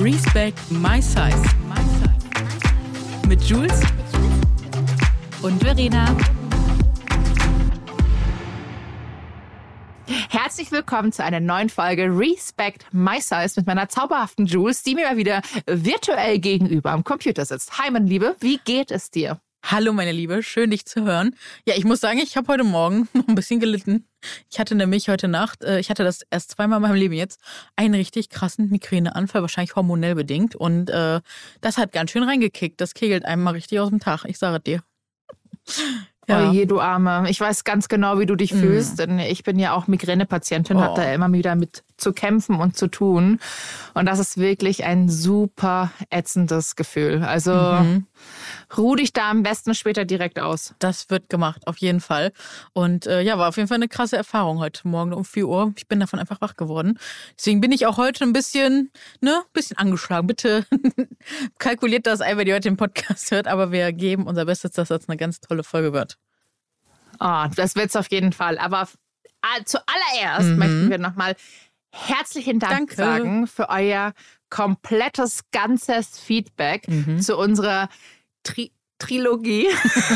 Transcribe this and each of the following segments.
Respect My Size. Mit Jules und Verena. Herzlich willkommen zu einer neuen Folge Respect My Size mit meiner zauberhaften Jules, die mir mal wieder virtuell gegenüber am Computer sitzt. Hi, meine Liebe, wie geht es dir? Hallo, meine Liebe, schön dich zu hören. Ja, ich muss sagen, ich habe heute Morgen noch ein bisschen gelitten. Ich hatte nämlich heute Nacht, ich hatte das erst zweimal in meinem Leben jetzt, einen richtig krassen Migräneanfall, wahrscheinlich hormonell bedingt. Und das hat ganz schön reingekickt. Das kegelt einem mal richtig aus dem Tag, ich sage dir. Ja. Oh je, du Arme. Ich weiß ganz genau, wie du dich fühlst, denn ich bin ja auch Migränepatientin, habe da immer wieder mit zu kämpfen und zu tun. Und das ist wirklich ein super ätzendes Gefühl. Also ruh dich da am besten später direkt aus. Das wird gemacht, auf jeden Fall. Und ja, war auf jeden Fall eine krasse Erfahrung heute Morgen um 4 Uhr. Ich bin davon einfach wach geworden. Deswegen bin ich auch heute ein bisschen angeschlagen. Bitte kalkuliert das ein, wenn ihr heute den Podcast hört. Aber wir geben unser Bestes, dass das eine ganz tolle Folge wird. Oh, das wird's auf jeden Fall. Aber zuallererst möchten wir nochmal herzlichen Dank sagen für euer komplettes, ganzes Feedback zu unserer Trilogie.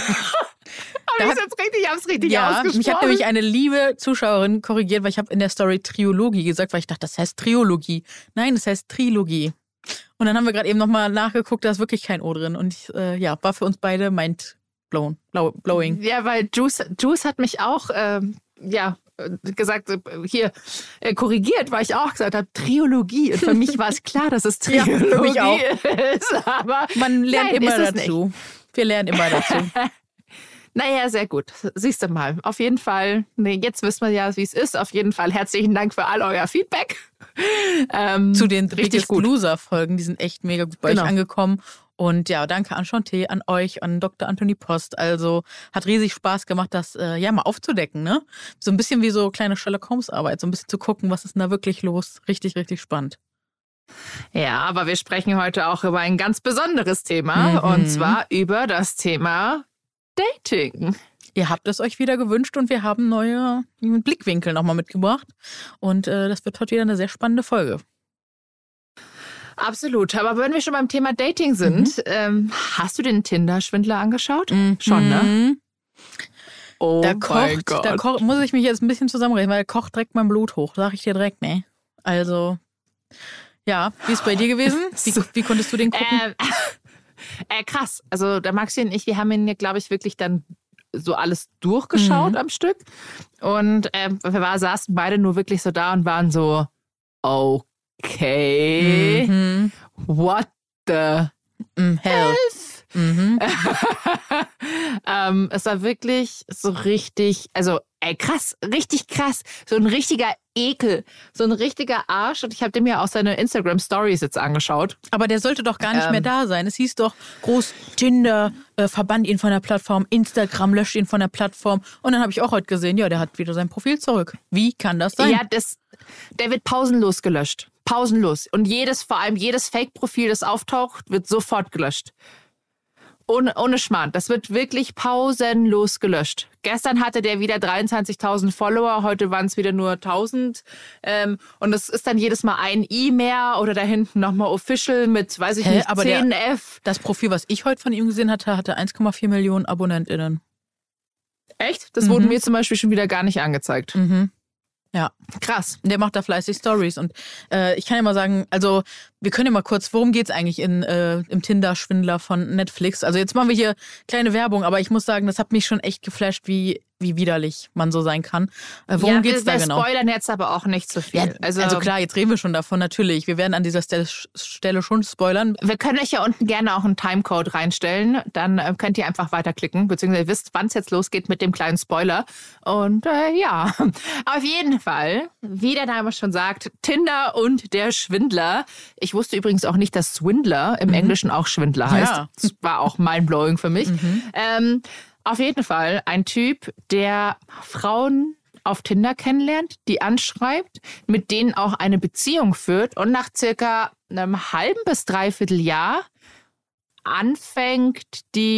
Ich habe es richtig ausgesprochen. Mich hat nämlich eine liebe Zuschauerin korrigiert, weil ich habe in der Story Triologie gesagt, weil ich dachte, das heißt Triologie. Nein, das heißt Trilogie. Und dann haben wir gerade eben nochmal nachgeguckt, da ist wirklich kein O drin. Und war für uns beide blowing. Ja, weil Juice hat mich auch gesagt, korrigiert, weil ich auch gesagt habe, Triologie. Und für mich war es klar, dass es Triologie für mich auch. ist. Aber man lernt immer dazu. Nicht. Wir lernen immer dazu. Naja, sehr gut. Siehst du mal. Auf jeden Fall, jetzt wissen wir ja, wie es ist. Auf jeden Fall herzlichen Dank für all euer Feedback. Zu den richtig Loser-Folgen, die sind echt mega gut bei euch angekommen. Und ja, danke an Chanté, an euch, an Dr. Anthony Post. Also hat riesig Spaß gemacht, das mal aufzudecken, ne? So ein bisschen wie so kleine Sherlock-Holmes-Arbeit, so ein bisschen zu gucken, was ist denn da wirklich los. Richtig, richtig spannend. Ja, aber wir sprechen heute auch über ein ganz besonderes Thema. Und zwar über das Thema Dating. Ihr habt es euch wieder gewünscht und wir haben neue Blickwinkel nochmal mitgebracht. Und das wird heute wieder eine sehr spannende Folge. Absolut. Aber wenn wir schon beim Thema Dating sind, hast du den Tinder-Schwindler angeschaut? Schon, ne? Oh, da muss ich mich jetzt ein bisschen zusammenrechnen, weil der kocht direkt mein Blut hoch. Sag ich dir direkt, ne? Also, ja, wie ist es bei dir gewesen? Wie konntest du den gucken? Krass. Also der Maxi und ich, wir haben ihn, glaube ich, wirklich dann so alles durchgeschaut am Stück. Und wir saßen beide nur wirklich so da und waren so, okay, what the hell? Es war wirklich so richtig, krass, richtig krass. So ein richtiger Ekel, so ein richtiger Arsch. Und ich habe mir auch seine Instagram-Stories jetzt angeschaut. Aber der sollte doch gar nicht mehr da sein. Es hieß doch groß, Tinder verbannt ihn von der Plattform, Instagram löscht ihn von der Plattform. Und dann habe ich auch heute gesehen, ja, der hat wieder sein Profil zurück. Wie kann das sein? Ja, der wird pausenlos gelöscht. Pausenlos. Und vor allem jedes Fake-Profil, das auftaucht, wird sofort gelöscht. Ohne Schmarrn. Das wird wirklich pausenlos gelöscht. Gestern hatte der wieder 23.000 Follower, heute waren es wieder nur 1.000. Und es ist dann jedes Mal ein I mehr oder da hinten nochmal Official mit, weiß ich nicht, aber 10F. Das Profil, was ich heute von ihm gesehen hatte, hatte 1,4 Millionen AbonnentInnen. Echt? Das wurde mir zum Beispiel schon wieder gar nicht angezeigt. Ja, krass. Der macht da fleißig Stories und ich kann ja mal sagen, also wir können ja mal kurz, worum geht's eigentlich im Tinder-Schwindler von Netflix? Also jetzt machen wir hier kleine Werbung, aber ich muss sagen, das hat mich schon echt geflasht, wie widerlich man so sein kann. Worum geht's da genau? Wir spoilern jetzt aber auch nicht so viel. Ja, also klar, jetzt reden wir schon davon, natürlich. Wir werden an dieser Stelle schon spoilern. Wir können euch ja unten gerne auch einen Timecode reinstellen. Dann könnt ihr einfach weiterklicken, beziehungsweise ihr wisst, wann es jetzt losgeht mit dem kleinen Spoiler. Und ja, auf jeden Fall, wie der Name schon sagt, Tinder und der Schwindler. Ich wusste übrigens auch nicht, dass Swindler im Englischen auch Schwindler heißt. Ja. Das war auch mindblowing für mich. Auf jeden Fall ein Typ, der Frauen auf Tinder kennenlernt, die anschreibt, mit denen auch eine Beziehung führt und nach circa einem halben bis dreiviertel Jahr anfängt, die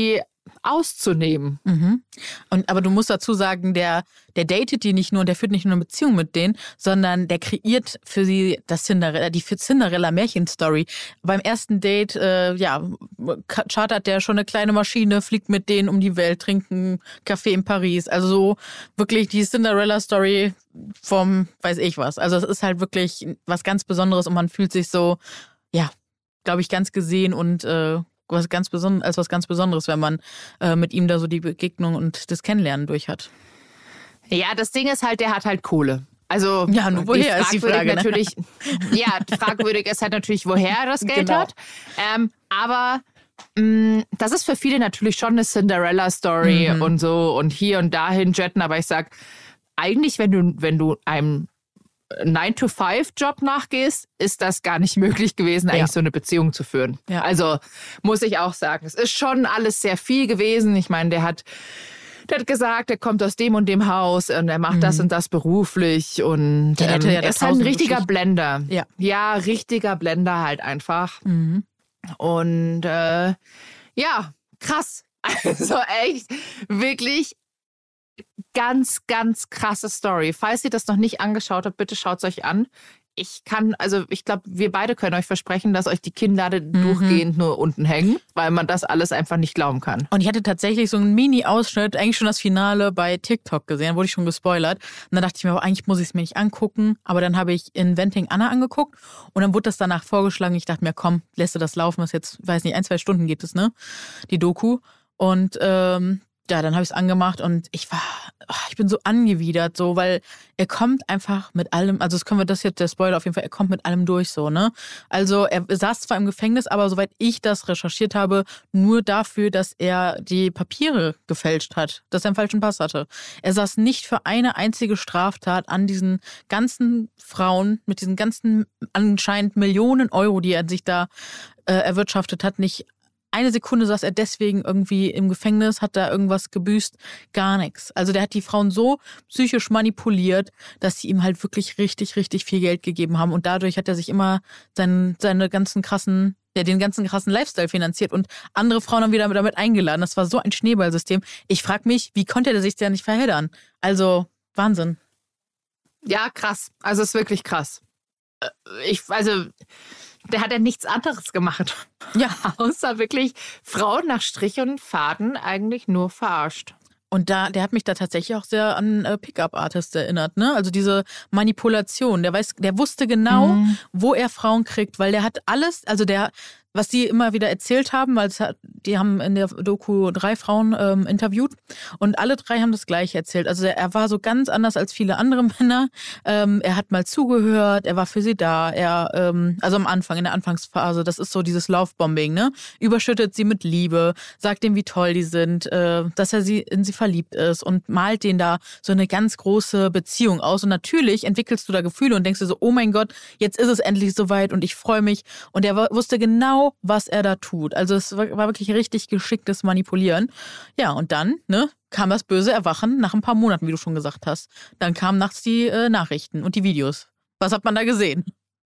auszunehmen. Mhm. Aber du musst dazu sagen, der datet die nicht nur und der führt nicht nur eine Beziehung mit denen, sondern der kreiert für sie die Cinderella-Märchenstory. Beim ersten Date, chartert der schon eine kleine Maschine, fliegt mit denen um die Welt, trinkt einen Kaffee in Paris. Also so wirklich die Cinderella-Story vom weiß ich was. Also es ist halt wirklich was ganz Besonderes und man fühlt sich so, ja, glaube ich, ganz gesehen und was ganz Besonderes, wenn man mit ihm da so die Begegnung und das Kennenlernen durch hat. Ja, das Ding ist halt, der hat halt Kohle. Also ja, nur woher ist die Frage, natürlich, ne? Ja, fragwürdig ist halt natürlich, woher er das Geld hat. Aber das ist für viele natürlich schon eine Cinderella-Story und so und hier und dahin jetten. Aber ich sag, eigentlich, wenn du einem 9-to-5-Job nachgehst, ist das gar nicht möglich gewesen, eigentlich so eine Beziehung zu führen. Ja. Also muss ich auch sagen, es ist schon alles sehr viel gewesen. Ich meine, der hat gesagt, er kommt aus dem und dem Haus und er macht das und das beruflich und er ist halt ein richtiger Blender. Ja, richtiger Blender halt einfach. Mhm. Und krass. Also echt, wirklich ganz, ganz krasse Story. Falls ihr das noch nicht angeschaut habt, bitte schaut es euch an. Ich glaube, wir beide können euch versprechen, dass euch die Kinnlade durchgehend nur unten hängen, weil man das alles einfach nicht glauben kann. Und ich hatte tatsächlich so einen Mini-Ausschnitt, eigentlich schon das Finale bei TikTok gesehen, wurde ich schon gespoilert. Und dann dachte ich mir, eigentlich muss ich es mir nicht angucken. Aber dann habe ich Inventing Anna angeguckt und dann wurde das danach vorgeschlagen. Ich dachte mir, komm, lässt du das laufen, was jetzt, weiß nicht, 1-2 Stunden geht es, ne? Die Doku. Und dann habe ich es angemacht und ich bin so angewidert, so, weil er kommt einfach mit allem, also das jetzt der Spoiler auf jeden Fall, er kommt mit allem durch, so, ne? Also er saß zwar im Gefängnis, aber soweit ich das recherchiert habe, nur dafür, dass er die Papiere gefälscht hat, dass er einen falschen Pass hatte. Er saß nicht für eine einzige Straftat an diesen ganzen Frauen mit diesen ganzen anscheinend Millionen Euro, die er sich da erwirtschaftet hat, nicht eine Sekunde saß er deswegen irgendwie im Gefängnis, hat da irgendwas gebüßt, gar nichts. Also der hat die Frauen so psychisch manipuliert, dass sie ihm halt wirklich richtig, richtig viel Geld gegeben haben. Und dadurch hat er sich immer den ganzen krassen Lifestyle finanziert und andere Frauen haben wieder damit eingeladen. Das war so ein Schneeballsystem. Ich frage mich, wie konnte er sich da nicht verheddern? Also Wahnsinn. Ja, krass. Also es ist wirklich krass. Der hat ja nichts anderes gemacht. Ja. Außer wirklich Frauen nach Strich und Faden eigentlich nur verarscht. Und der hat mich da tatsächlich auch sehr an Pickup-Artists erinnert, ne? Also diese Manipulation. Der wusste genau, wo er Frauen kriegt, weil der hat alles, was die immer wieder erzählt haben, weil die haben in der Doku 3 Frauen interviewt und alle 3 haben das Gleiche erzählt. Also er war so ganz anders als viele andere Männer. Er hat mal zugehört, er war für sie da. Also am Anfang, in der Anfangsphase, das ist so dieses Lovebombing, ne? Überschüttet sie mit Liebe, sagt denen, wie toll die sind, dass er in sie verliebt ist und malt denen da so eine ganz große Beziehung aus. Und natürlich entwickelst du da Gefühle und denkst dir so, oh mein Gott, jetzt ist es endlich soweit und ich freue mich. Und er wusste genau, was er da tut. Also es war wirklich richtig geschicktes Manipulieren. Ja, und dann, ne, kam das böse Erwachen nach ein paar Monaten, wie du schon gesagt hast. Dann kamen nachts die Nachrichten und die Videos. Was hat man da gesehen?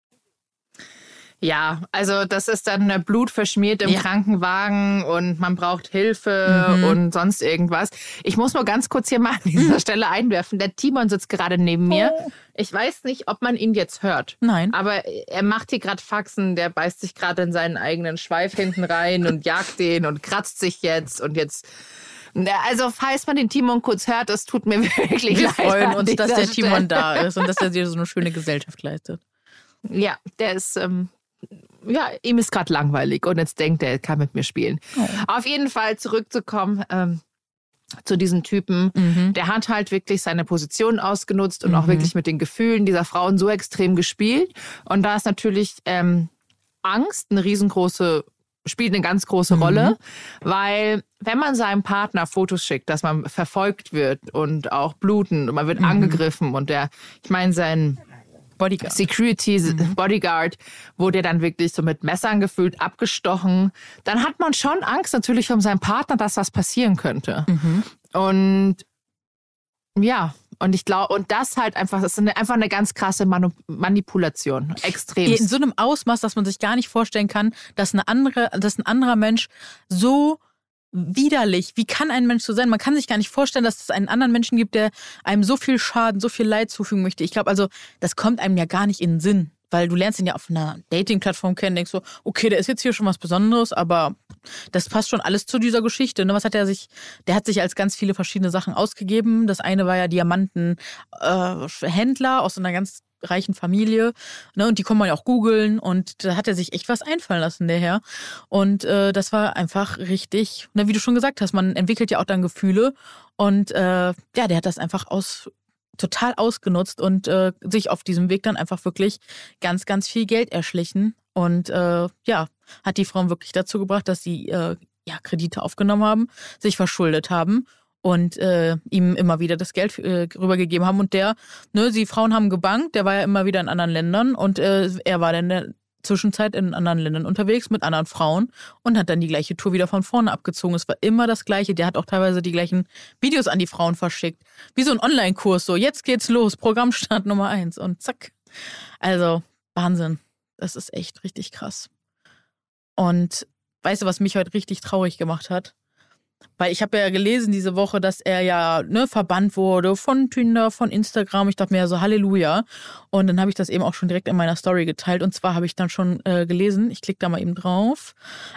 Ja, also das ist dann Blut verschmiert im Krankenwagen und man braucht Hilfe und sonst irgendwas. Ich muss nur ganz kurz hier mal an dieser Stelle einwerfen. Der Timon sitzt gerade neben mir. Ich weiß nicht, ob man ihn jetzt hört. Nein. Aber er macht hier gerade Faxen. Der beißt sich gerade in seinen eigenen Schweif hinten rein und jagt den und kratzt sich jetzt und jetzt... Also, falls man den Timon kurz hört, das tut mir wirklich leid. Wir freuen uns, dass der Timon da ist und dass er dir so eine schöne Gesellschaft leistet. Ja, der ist... ihm ist gerade langweilig und jetzt denkt er kann mit mir spielen. Oh. Auf jeden Fall zurückzukommen zu diesem Typen. Der hat halt wirklich seine Position ausgenutzt und auch wirklich mit den Gefühlen dieser Frauen so extrem gespielt. Und da ist natürlich Angst spielt eine ganz große Rolle, weil wenn man seinem Partner Fotos schickt, dass man verfolgt wird und auch bluten und man wird angegriffen und sein Bodyguard. Bodyguard wurde dann wirklich so mit Messern gefüllt, abgestochen. Dann hat man schon Angst natürlich um seinen Partner, dass was passieren könnte. Und ja, und ich glaube, und das halt einfach, das ist einfach eine ganz krasse Manipulation. Extrem. In so einem Ausmaß, dass man sich gar nicht vorstellen kann, dass ein anderer Mensch so widerlich. Wie kann ein Mensch so sein? Man kann sich gar nicht vorstellen, dass es einen anderen Menschen gibt, der einem so viel Schaden, so viel Leid zufügen möchte. Ich glaube, also, das kommt einem ja gar nicht in den Sinn. Weil du lernst ihn ja auf einer Dating-Plattform kennen, denkst so, okay, der ist jetzt hier schon was Besonderes, aber das passt schon alles zu dieser Geschichte. Ne? Was hat er sich? Der hat sich als ganz viele verschiedene Sachen ausgegeben. Das eine war ja Diamantenhändler aus einer ganz reichen Familie. Ne? Und die kann man ja auch googeln. Und da hat er sich echt was einfallen lassen, der Herr. Und das war einfach richtig, ne, wie du schon gesagt hast, man entwickelt ja auch dann Gefühle. Und der hat das einfach total ausgenutzt und sich auf diesem Weg dann einfach wirklich ganz, ganz viel Geld erschlichen. Und hat die Frauen wirklich dazu gebracht, dass sie Kredite aufgenommen haben, sich verschuldet haben und ihm immer wieder das Geld rübergegeben haben. Und die Frauen haben gebankt, der war ja immer wieder in anderen Ländern und er war dann in der Zwischenzeit in anderen Ländern unterwegs mit anderen Frauen und hat dann die gleiche Tour wieder von vorne abgezogen. Es war immer das Gleiche. Der hat auch teilweise die gleichen Videos an die Frauen verschickt. Wie so ein Online-Kurs, so jetzt geht's los, Programmstart Nummer 1 und zack. Also Wahnsinn. Das ist echt richtig krass. Und weißt du, was mich heute richtig traurig gemacht hat? Weil ich habe ja gelesen diese Woche, dass er ja verbannt wurde von Tinder, von Instagram. Ich dachte mir ja so, Halleluja. Und dann habe ich das eben auch schon direkt in meiner Story geteilt. Und zwar habe ich dann schon gelesen, ich klicke da mal eben drauf,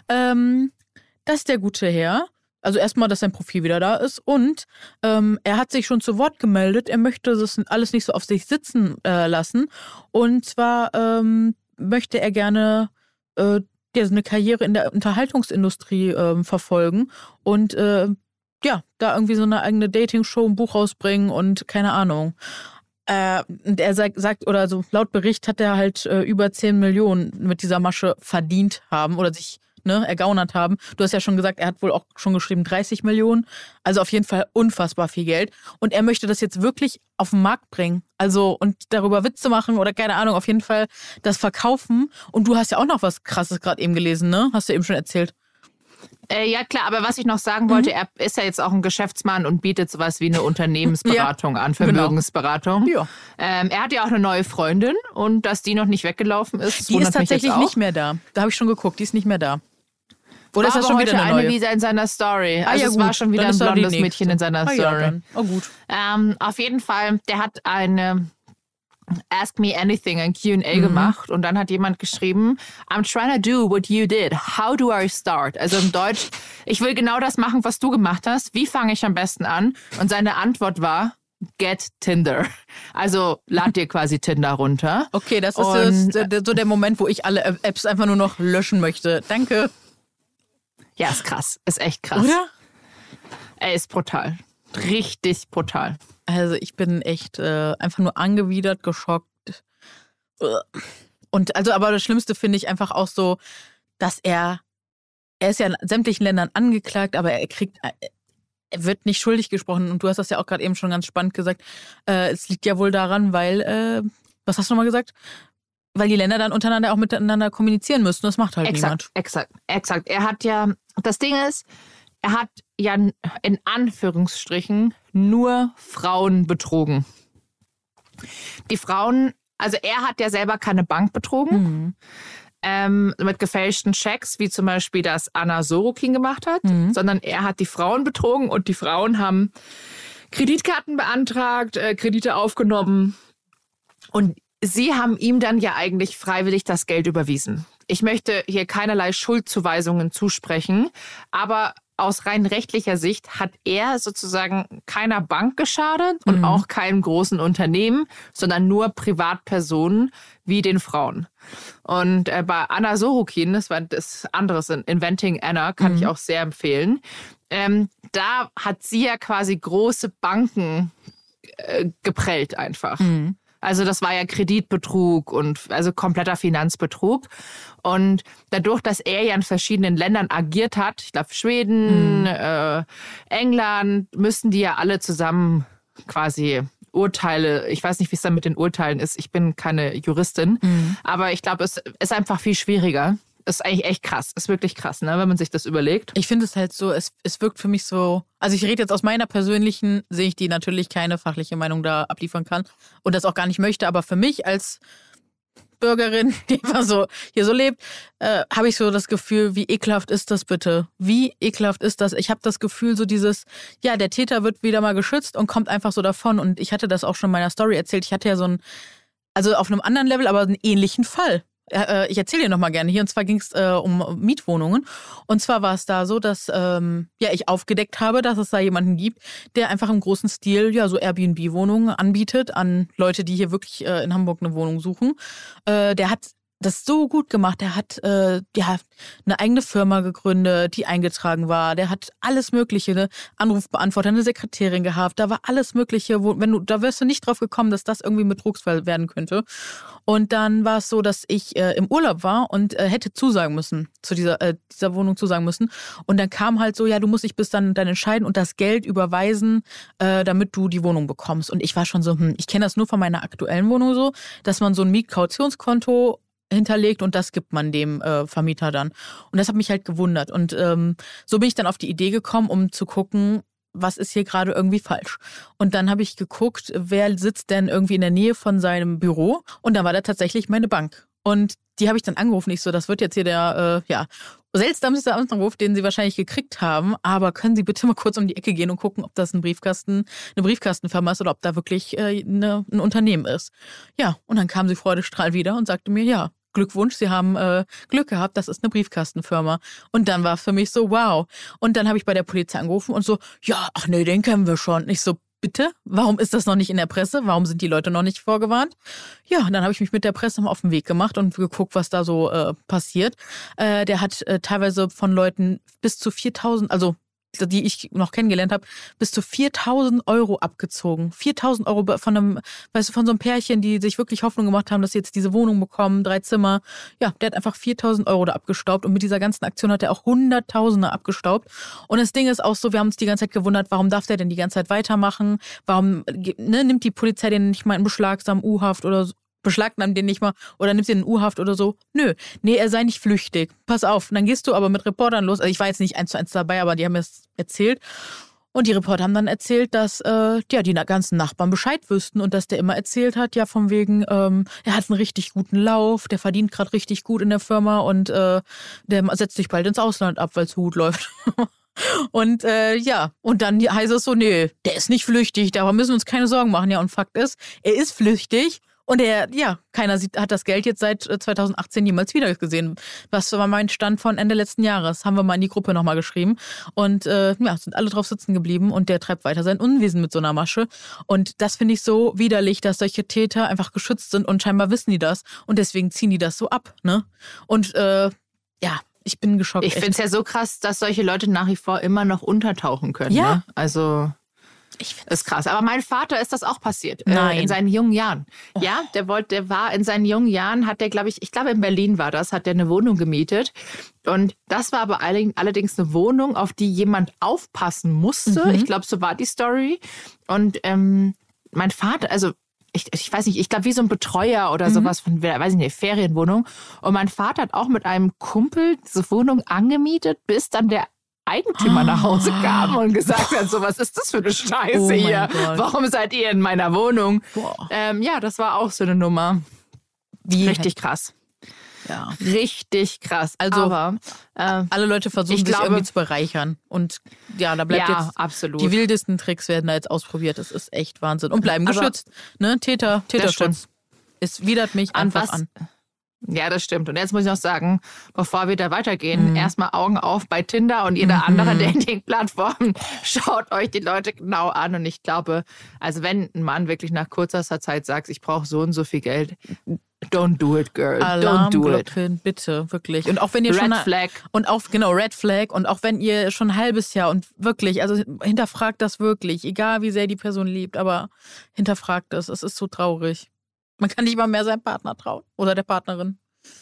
dass der gute Herr, also erstmal, dass sein Profil wieder da ist und er hat sich schon zu Wort gemeldet. Er möchte das alles nicht so auf sich sitzen lassen. Und zwar möchte er gerne eine Karriere in der Unterhaltungsindustrie verfolgen und da irgendwie so eine eigene Dating-Show, ein Buch rausbringen und keine Ahnung. Und er sagt, oder so laut Bericht hat er halt über 10 Millionen mit dieser Masche verdient haben oder sich ergaunert haben. Du hast ja schon gesagt, er hat wohl auch schon geschrieben 30 Millionen. Also auf jeden Fall unfassbar viel Geld. Und er möchte das jetzt wirklich auf den Markt bringen. Also und darüber Witze machen oder keine Ahnung, auf jeden Fall das verkaufen. Und du hast ja auch noch was Krasses gerade eben gelesen, ne? Hast du eben schon erzählt. Ja, klar, aber was ich noch sagen wollte, er ist ja jetzt auch ein Geschäftsmann und bietet sowas wie eine Unternehmensberatung an, Vermögensberatung. Genau. Ja. Er hat ja auch eine neue Freundin und dass die noch nicht weggelaufen ist, die ist tatsächlich nicht mehr da. Da habe ich schon geguckt, die ist nicht mehr da. Oder ist das schon wieder eine neue? Wieder in seiner Story. Also es war schon wieder ein blondes Mädchen in seiner Story. Ja, oh gut. Auf jeden Fall, der hat eine Ask Me Anything, ein Q&A gemacht und dann hat jemand geschrieben, I'm trying to do what you did. How do I start? Also im Deutsch, ich will genau das machen, was du gemacht hast. Wie fange ich am besten an? Und seine Antwort war, get Tinder. Also lad dir quasi Tinder runter. Okay, das ist so der Moment, wo ich alle Apps einfach nur noch löschen möchte. Danke. Ja, ist krass. Ist echt krass. Oder? Er ist brutal. Richtig brutal. Also ich bin echt einfach nur angewidert, geschockt. Und also, aber das Schlimmste finde ich einfach auch so, dass er ist ja in sämtlichen Ländern angeklagt, aber er wird nicht schuldig gesprochen. Und du hast das ja auch gerade eben schon ganz spannend gesagt. Es liegt ja wohl daran, weil, was hast du nochmal gesagt? Weil die Länder dann untereinander auch miteinander kommunizieren müssen. Das macht halt niemand. Exakt. Er hat ja, das Ding ist, er hat ja in Anführungsstrichen nur Frauen betrogen. Die Frauen, also er hat ja selber keine Bank betrogen. Mit gefälschten Schecks, wie zum Beispiel das Anna Sorokin gemacht hat, sondern er hat die Frauen betrogen und die Frauen haben Kreditkarten beantragt, Kredite aufgenommen und sie haben ihm dann ja eigentlich freiwillig das Geld überwiesen. Ich möchte hier keinerlei Schuldzuweisungen zusprechen, aber aus rein rechtlicher Sicht hat er sozusagen keiner Bank geschadet und auch keinem großen Unternehmen, sondern nur Privatpersonen wie den Frauen. Und bei Anna Sorokin, das war das andere, Inventing Anna, kann ich auch sehr empfehlen. Da hat sie ja quasi große Banken geprellt einfach. Also das war ja Kreditbetrug und also kompletter Finanzbetrug. Und dadurch, dass er ja in verschiedenen Ländern agiert hat, ich glaube Schweden, England, müssen die ja alle zusammen quasi Urteile, ich weiß nicht, wie es dann mit den Urteilen ist, ich bin keine Juristin, aber ich glaube, es ist einfach viel schwieriger. Ist eigentlich echt krass. Ist wirklich krass, ne, wenn man sich das überlegt. Ich finde es halt so, es wirkt für mich so, also ich rede jetzt aus meiner persönlichen Sicht, die natürlich keine fachliche Meinung da abliefern kann und das auch gar nicht möchte, aber für mich als Mitbürgerin, die einfach so hier so lebt, habe ich so das Gefühl, wie ekelhaft ist das bitte? Wie ekelhaft ist das? Ich habe das Gefühl, so dieses, ja, der Täter wird wieder mal geschützt und kommt einfach so davon. Und ich hatte das auch schon in meiner Story erzählt. Ich hatte ja also auf einem anderen Level, aber einen ähnlichen Fall. Ich erzähle dir nochmal gerne hier. Und zwar ging es um Mietwohnungen. Und zwar war es da so, dass ich aufgedeckt habe, dass es da jemanden gibt, der einfach im großen Stil so Airbnb-Wohnungen anbietet an Leute, die hier wirklich in Hamburg eine Wohnung suchen. Der hat das so gut gemacht. Der hat eine eigene Firma gegründet, die eingetragen war. Der hat alles Mögliche, ne? Anrufbeantworter, eine Sekretärin gehabt. Da war alles Mögliche. Da wärst du nicht drauf gekommen, dass das irgendwie ein Betrugsfall werden könnte. Und dann war es so, dass ich im Urlaub war und hätte zusagen müssen, zu dieser Wohnung zusagen müssen. Und dann kam halt so, ja, du musst dich bis dann entscheiden und das Geld überweisen, damit du die Wohnung bekommst. Und ich war schon so, ich kenne das nur von meiner aktuellen Wohnung so, dass man so ein Mietkautionskonto hinterlegt und das gibt man dem Vermieter dann. Und das hat mich halt gewundert. Und so bin ich dann auf die Idee gekommen, um zu gucken, was ist hier gerade irgendwie falsch. Und dann habe ich geguckt, wer sitzt denn irgendwie in der Nähe von seinem Büro. Und da war da tatsächlich meine Bank. Und die habe ich dann angerufen. Ich so, das wird jetzt hier der seltsamste Anruf, den Sie wahrscheinlich gekriegt haben. Aber können Sie bitte mal kurz um die Ecke gehen und gucken, ob das eine Briefkastenfirma ist oder ob da wirklich ein Unternehmen ist. Ja, und dann kam sie freudestrahlend wieder und sagte mir, ja, Glückwunsch, Sie haben Glück gehabt, das ist eine Briefkastenfirma. Und dann war für mich so, wow. Und dann habe ich bei der Polizei angerufen und so, ja, ach nee, den kennen wir schon. Und ich so, bitte? Warum ist das noch nicht in der Presse? Warum sind die Leute noch nicht vorgewarnt? Ja, und dann habe ich mich mit der Presse mal auf den Weg gemacht und geguckt, was da so passiert. Der hat teilweise von Leuten bis zu 4.000, also die ich noch kennengelernt habe, bis zu 4.000 Euro abgezogen. 4.000 Euro von so einem Pärchen, die sich wirklich Hoffnung gemacht haben, dass sie jetzt diese Wohnung bekommen, 3 Zimmer. Ja, der hat einfach 4.000 Euro da abgestaubt und mit dieser ganzen Aktion hat er auch Hunderttausende abgestaubt. Und das Ding ist auch so, wir haben uns die ganze Zeit gewundert, warum darf der denn die ganze Zeit weitermachen? Warum nimmt die Polizei den nicht mal in Beschlag, U-Haft oder so? Beschlagnahmen den nicht mal oder nimmt den in U-Haft oder so. Nö, nee, er sei nicht flüchtig. Pass auf. Und dann gehst du aber mit Reportern los. Also ich war jetzt nicht 1:1 dabei, aber die haben es erzählt. Und die Reporter haben dann erzählt, dass die ganzen Nachbarn Bescheid wüssten und dass der immer erzählt hat, ja von wegen, er hat einen richtig guten Lauf, der verdient gerade richtig gut in der Firma und der setzt sich bald ins Ausland ab, weil es so gut läuft. Und und dann heißt es so, nee, der ist nicht flüchtig, darüber müssen wir uns keine Sorgen machen. Ja, und Fakt ist, er ist flüchtig. Und keiner hat das Geld jetzt seit 2018 niemals wieder gesehen. Was war mein Stand von Ende letzten Jahres? Haben wir mal in die Gruppe nochmal geschrieben. Und sind alle drauf sitzen geblieben und der treibt weiter sein Unwesen mit so einer Masche. Und das finde ich so widerlich, dass solche Täter einfach geschützt sind und scheinbar wissen die das. Und deswegen ziehen die das so ab, ne? Und ich bin geschockt. Ich finde es ja so krass, dass solche Leute nach wie vor immer noch untertauchen können. Ja. Ne? Also... ist krass. Aber mein Vater ist das auch passiert. Nein. In seinen jungen Jahren. Oh. Ja, der war in seinen jungen Jahren, hat der, glaube ich in Berlin war das, hat der eine Wohnung gemietet. Und das war aber allerdings eine Wohnung, auf die jemand aufpassen musste. Ich glaube, so war die Story. Und mein Vater, also ich weiß nicht, ich glaube, wie so ein Betreuer oder sowas von, weiß ich nicht, Ferienwohnung. Und mein Vater hat auch mit einem Kumpel diese Wohnung angemietet, bis dann der Eigentümer nach Hause kam und gesagt hat, so, was ist das für eine Scheiße hier? Gott. Warum seid ihr in meiner Wohnung? Boah. Das war auch so eine Nummer. Richtig krass. Ja. Richtig krass. Also, aber alle Leute versuchen sich irgendwie zu bereichern. Und ja, da bleibt jetzt absolut. Die wildesten Tricks werden da jetzt ausprobiert. Das ist echt Wahnsinn. Und bleiben geschützt. Ne? Täterschutz. Es widert mich einfach an. Ja, das stimmt. Und jetzt muss ich noch sagen, bevor wir da weitergehen, erstmal Augen auf bei Tinder und jeder andere Dating-Plattform. Schaut euch die Leute genau an. Und ich glaube, also wenn ein Mann wirklich nach kurzer Zeit sagt, ich brauche so und so viel Geld, don't do it, girl. Don't do it. Bitte, wirklich. Und auch wenn ihr Red Flag. Und auch, Red Flag. Und auch wenn ihr schon ein halbes Jahr und wirklich, also hinterfragt das wirklich. Egal, wie sehr die Person liebt, aber hinterfragt das. Es ist so traurig. Man kann nicht mal mehr seinem Partner trauen oder der Partnerin.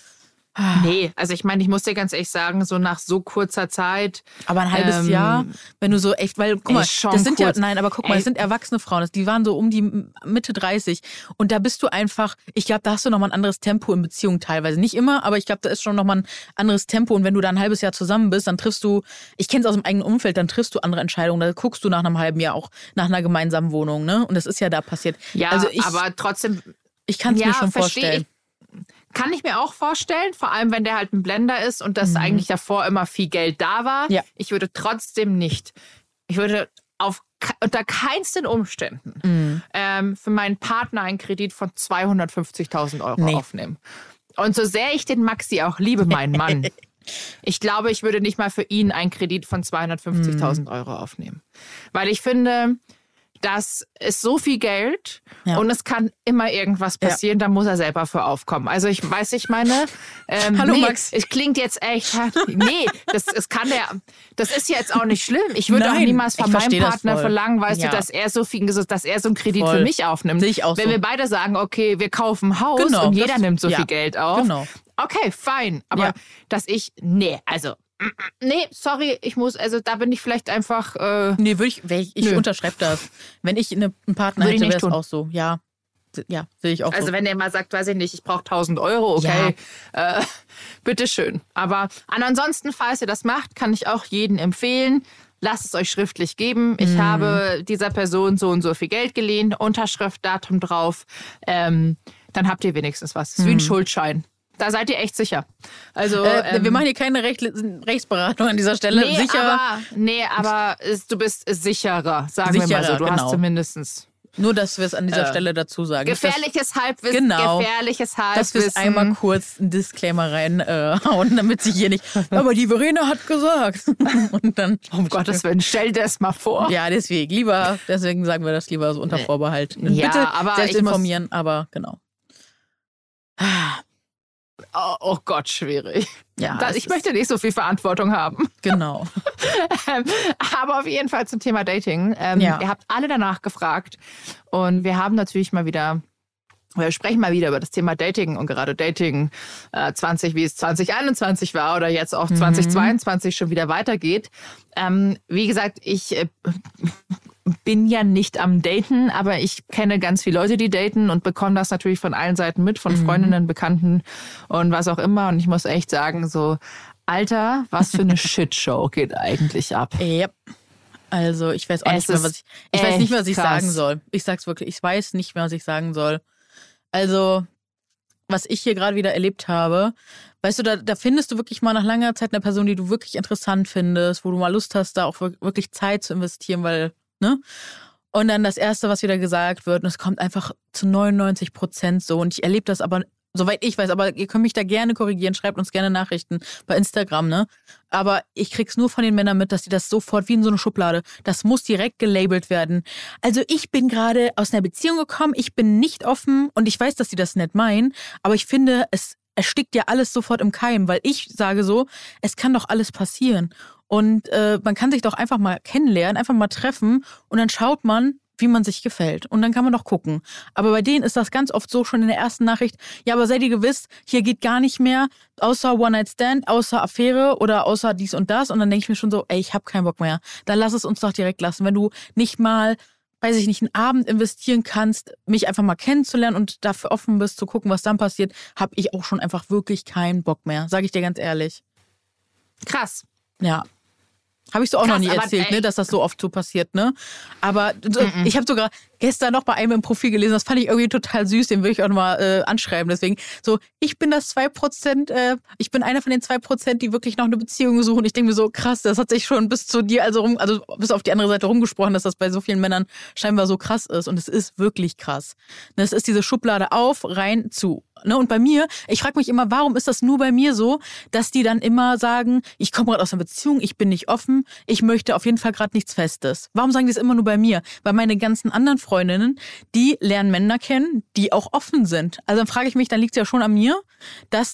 Nee, also ich meine, ich muss dir ganz ehrlich sagen, so nach so kurzer Zeit. Aber ein halbes Jahr, wenn du so echt, weil, guck mal, das sind kurz. Das sind erwachsene Frauen, die waren so um die Mitte 30 und da bist du einfach, ich glaube, da hast du nochmal ein anderes Tempo in Beziehungen teilweise. Nicht immer, aber ich glaube, da ist schon nochmal ein anderes Tempo und wenn du da ein halbes Jahr zusammen bist, dann triffst du, ich kenne es aus dem eigenen Umfeld, dann triffst du andere Entscheidungen, da guckst du nach einem halben Jahr auch nach einer gemeinsamen Wohnung, ne? Und das ist ja da passiert. Ja, also aber trotzdem. Ich kann es mir schon vorstellen. Kann ich mir auch vorstellen, vor allem wenn der halt ein Blender ist und dass eigentlich davor immer viel Geld da war. Ja. Ich würde trotzdem nicht. Ich würde unter keinsten Umständen für meinen Partner einen Kredit von 250.000 Euro aufnehmen. Und so sehr ich den Maxi auch liebe, meinen Mann, ich glaube, ich würde nicht mal für ihn einen Kredit von 250.000 Euro aufnehmen. Weil ich finde, das ist so viel Geld und es kann immer irgendwas passieren, da muss er selber für aufkommen. Also ich meine, Hallo Max. Es klingt jetzt echt, das ist jetzt auch nicht schlimm. Ich würde auch niemals von meinem Partner verlangen, weißt du, dass er so einen Kredit für mich aufnimmt. Sehe ich auch Wenn wir beide sagen, okay, wir kaufen ein Haus und jeder nimmt so viel Geld auf. Genau. Okay, fein. Aber sorry, da bin ich vielleicht einfach... ich unterschreibe das. Wenn ich einen Partner hätte, wäre es auch so. Ja, sehe ich auch so. Also wenn der mal sagt, weiß ich nicht, ich brauche 1.000 Euro, okay, bitteschön. Aber ansonsten, falls ihr das macht, kann ich auch jedem empfehlen, lasst es euch schriftlich geben. Ich habe dieser Person so und so viel Geld geliehen, Unterschrift, Datum drauf. Dann habt ihr wenigstens was. Das ist wie ein Schuldschein. Da seid ihr echt sicher. Also wir machen hier keine Rechtsberatung an dieser Stelle. Aber du bist sicherer, sagen wir mal so. Du hast zumindestens... Nur, dass wir es an dieser Stelle dazu sagen. Gefährliches Halbwissen. Genau. Gefährliches Halbwissen. Dass wir es einmal kurz einen Disclaimer reinhauen, damit sich hier nicht... Aber die Verena hat gesagt. Und dann... Um Gottes Willen, stell dir das mal vor. Ja, deswegen sagen wir das lieber so unter Vorbehalt. Ja, bitte aber selbst informieren, aber genau. Oh Gott, schwierig. Ja, ich möchte nicht so viel Verantwortung haben. Genau. Aber auf jeden Fall zum Thema Dating. Ihr habt alle danach gefragt und wir haben natürlich wir sprechen mal wieder über das Thema Dating und gerade Dating wie es 2021 war oder jetzt auch 2022 schon wieder weitergeht. Wie gesagt, ich bin ja nicht am Daten, aber ich kenne ganz viele Leute, die daten und bekomme das natürlich von allen Seiten mit, von Freundinnen, Bekannten und was auch immer. Und ich muss echt sagen, so, Alter, was für eine Shitshow geht eigentlich ab? Yep. Also ich weiß auch nicht mehr, was ich sagen soll. Ich sag's wirklich, ich weiß nicht mehr, was ich sagen soll. Also, was ich hier gerade wieder erlebt habe, weißt du, da findest du wirklich mal nach langer Zeit eine Person, die du wirklich interessant findest, wo du mal Lust hast, da auch wirklich Zeit zu investieren, weil, ne? Und dann das Erste, was wieder gesagt wird, und es kommt einfach zu 99% so. Und ich erlebe das aber, soweit ich weiß, aber ihr könnt mich da gerne korrigieren, schreibt uns gerne Nachrichten bei Instagram, ne? Aber ich krieg's nur von den Männern mit, dass die das sofort wie in so eine Schublade, das muss direkt gelabelt werden. Also ich bin gerade aus einer Beziehung gekommen, ich bin nicht offen und ich weiß, dass die das nicht meinen, aber ich finde, es erstickt ja alles sofort im Keim, weil ich sage so, es kann doch alles passieren. Und man kann sich doch einfach mal kennenlernen, einfach mal treffen und dann schaut man, wie man sich gefällt. Und dann kann man doch gucken. Aber bei denen ist das ganz oft so, schon in der ersten Nachricht, ja, aber seid ihr gewiss, hier geht gar nicht mehr, außer One-Night-Stand, außer Affäre oder außer dies und das. Und dann denke ich mir schon so, ey, ich habe keinen Bock mehr. Dann lass es uns doch direkt lassen. Wenn du nicht mal, weiß ich nicht, einen Abend investieren kannst, mich einfach mal kennenzulernen und dafür offen bist, zu gucken, was dann passiert, habe ich auch schon einfach wirklich keinen Bock mehr. Sage ich dir ganz ehrlich. Krass. Ja. Habe ich so auch noch nie erzählt, ne, dass das so oft so passiert, ne? Aber ich habe sogar gestern noch bei einem im Profil gelesen, das fand ich irgendwie total süß, den will ich auch nochmal anschreiben. Deswegen, so, ich bin das 2%, ich bin einer von den 2%, die wirklich noch eine Beziehung suchen. Ich denke mir so, krass, das hat sich schon bis zu dir, also bis auf die andere Seite rumgesprochen, dass das bei so vielen Männern scheinbar so krass ist. Und es ist wirklich krass. Es ist diese Schublade auf, rein, zu. Ne? Und bei mir, ich frage mich immer, warum ist das nur bei mir so, dass die dann immer sagen, ich komme gerade aus einer Beziehung, ich bin nicht offen, ich möchte auf jeden Fall gerade nichts Festes. Warum sagen die es immer nur bei mir? Weil meine ganzen anderen Freundinnen, die lernen Männer kennen, die auch offen sind. Also dann frage ich mich, dann liegt es ja schon an mir, dass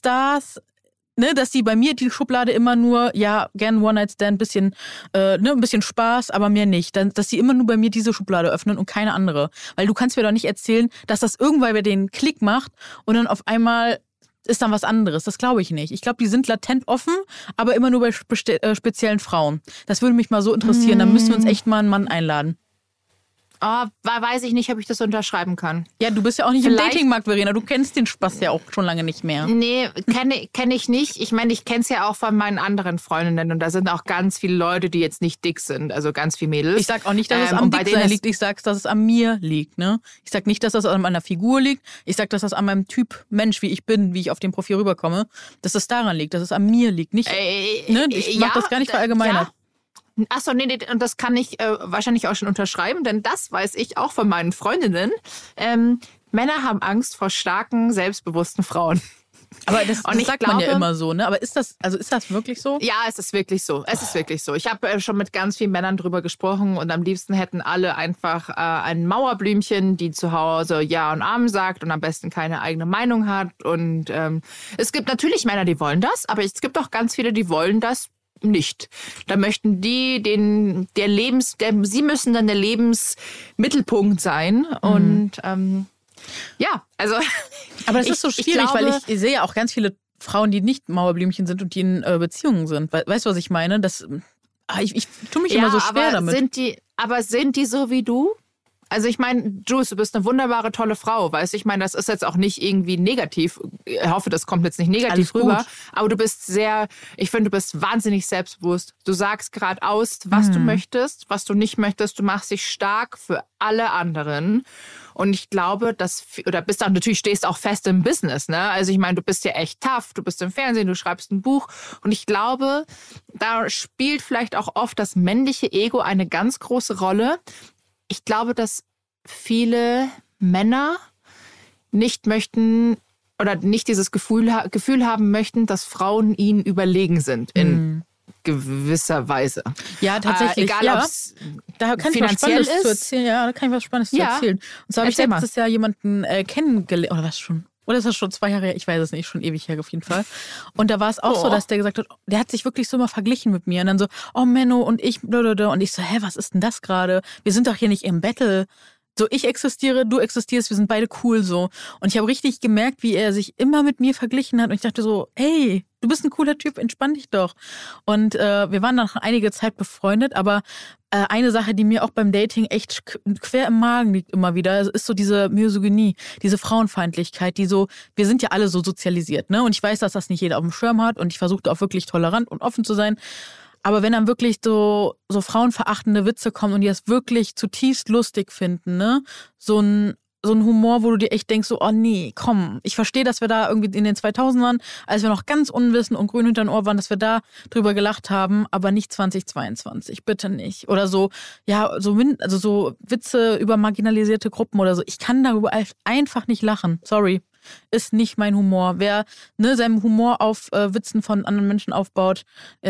dass die bei mir die Schublade immer nur, ja, gern One-Night-Stand, ein bisschen Spaß, aber mehr nicht. Dass die immer nur bei mir diese Schublade öffnen und keine andere. Weil du kannst mir doch nicht erzählen, dass das irgendwann bei denen Klick macht und dann auf einmal ist dann was anderes. Das glaube ich nicht. Ich glaube, die sind latent offen, aber immer nur bei speziellen Frauen. Das würde mich mal so interessieren. Da müssen wir uns echt mal einen Mann einladen. weiß ich nicht, ob ich das unterschreiben kann. Ja, du bist ja auch nicht im Datingmarkt, Verena. Du kennst den Spaß ja auch schon lange nicht mehr. Nee, kenn ich nicht. Ich meine, ich kenne es ja auch von meinen anderen Freundinnen und da sind auch ganz viele Leute, die jetzt nicht dick sind, also ganz viele Mädels. Ich sag auch nicht, dass es am Dicksein liegt. Ich sag, dass es an mir liegt. Ne? Ich sag nicht, dass das an meiner Figur liegt. Ich sag, dass das an meinem Typ Mensch, wie ich bin, wie ich auf dem Profil rüberkomme, dass das daran liegt, dass es an mir liegt. Nicht, ne? Ich mach das gar nicht verallgemeinert. Ja. Achso, nee, und das kann ich wahrscheinlich auch schon unterschreiben, denn das weiß ich auch von meinen Freundinnen. Männer haben Angst vor starken, selbstbewussten Frauen. Aber das sagt man ja immer so, ne? Aber ist das wirklich so? Ja, es ist wirklich so. Es ist wirklich so. Ich habe schon mit ganz vielen Männern drüber gesprochen und am liebsten hätten alle einfach ein Mauerblümchen, die zu Hause Ja und Amen sagt und am besten keine eigene Meinung hat. Und es gibt natürlich Männer, die wollen das, aber es gibt auch ganz viele, die wollen das nicht. Da möchten sie müssen dann der Lebensmittelpunkt sein. Und ja, also. Aber das ist so schwierig, weil ich sehe ja auch ganz viele Frauen, die nicht Mauerblümchen sind und die in Beziehungen sind. Weißt du, was ich meine? Ich tue mich immer so schwer damit. Sind die so wie du? Also ich meine, Jules, du bist eine wunderbare, tolle Frau, weißt du? Ich meine, das ist jetzt auch nicht irgendwie negativ. Ich hoffe, das kommt jetzt nicht negativ rüber. Aber du bist ich finde, du bist wahnsinnig selbstbewusst. Du sagst geradeaus, was du möchtest, was du nicht möchtest. Du machst dich stark für alle anderen. Und ich glaube, stehst auch fest im Business, ne? Also ich meine, du bist ja echt tough, du bist im Fernsehen, du schreibst ein Buch. Und ich glaube, da spielt vielleicht auch oft das männliche Ego eine ganz große Rolle. Ich glaube, dass viele Männer nicht möchten oder nicht dieses Gefühl haben möchten, dass Frauen ihnen überlegen sind in gewisser Weise. Ja, tatsächlich. Egal, ob es da kann ich was Spannendes zu erzählen. Ja, da kann ich was Spannendes zu erzählen. Und zwar habe ich letztes Jahr jemanden kennengelernt. Oder was schon? Oder ist das schon 2 Jahre her? Ich weiß es nicht, schon ewig her auf jeden Fall. Und da war es auch so, dass der gesagt hat, der hat sich wirklich so mal verglichen mit mir. Und dann so, oh Menno und ich, blablabla. Und ich so, was ist denn das gerade? Wir sind doch hier nicht im Battle. So, ich existiere, du existierst, wir sind beide cool so. Und ich habe richtig gemerkt, wie er sich immer mit mir verglichen hat. Und ich dachte so, hey, du bist ein cooler Typ, entspann dich doch. Und wir waren dann noch einige Zeit befreundet, aber eine Sache, die mir auch beim Dating echt quer im Magen liegt immer wieder, ist so diese Misogynie, diese Frauenfeindlichkeit, wir sind ja alle so sozialisiert, ne? Und ich weiß, dass das nicht jeder auf dem Schirm hat und ich versuche auch wirklich tolerant und offen zu sein. Aber wenn dann wirklich so frauenverachtende Witze kommen und die das wirklich zutiefst lustig finden, ne? So ein Humor, wo du dir echt denkst, so, oh nee, komm, ich verstehe, dass wir da irgendwie in den 2000ern, als wir noch ganz unwissend und grün hinter den Ohr waren, dass wir da drüber gelacht haben, aber nicht 2022, bitte nicht. Oder so, ja, so Witze über marginalisierte Gruppen oder so. Ich kann darüber einfach nicht lachen, sorry. Ist nicht mein Humor. Wer seinen Humor auf Witzen von anderen Menschen aufbaut,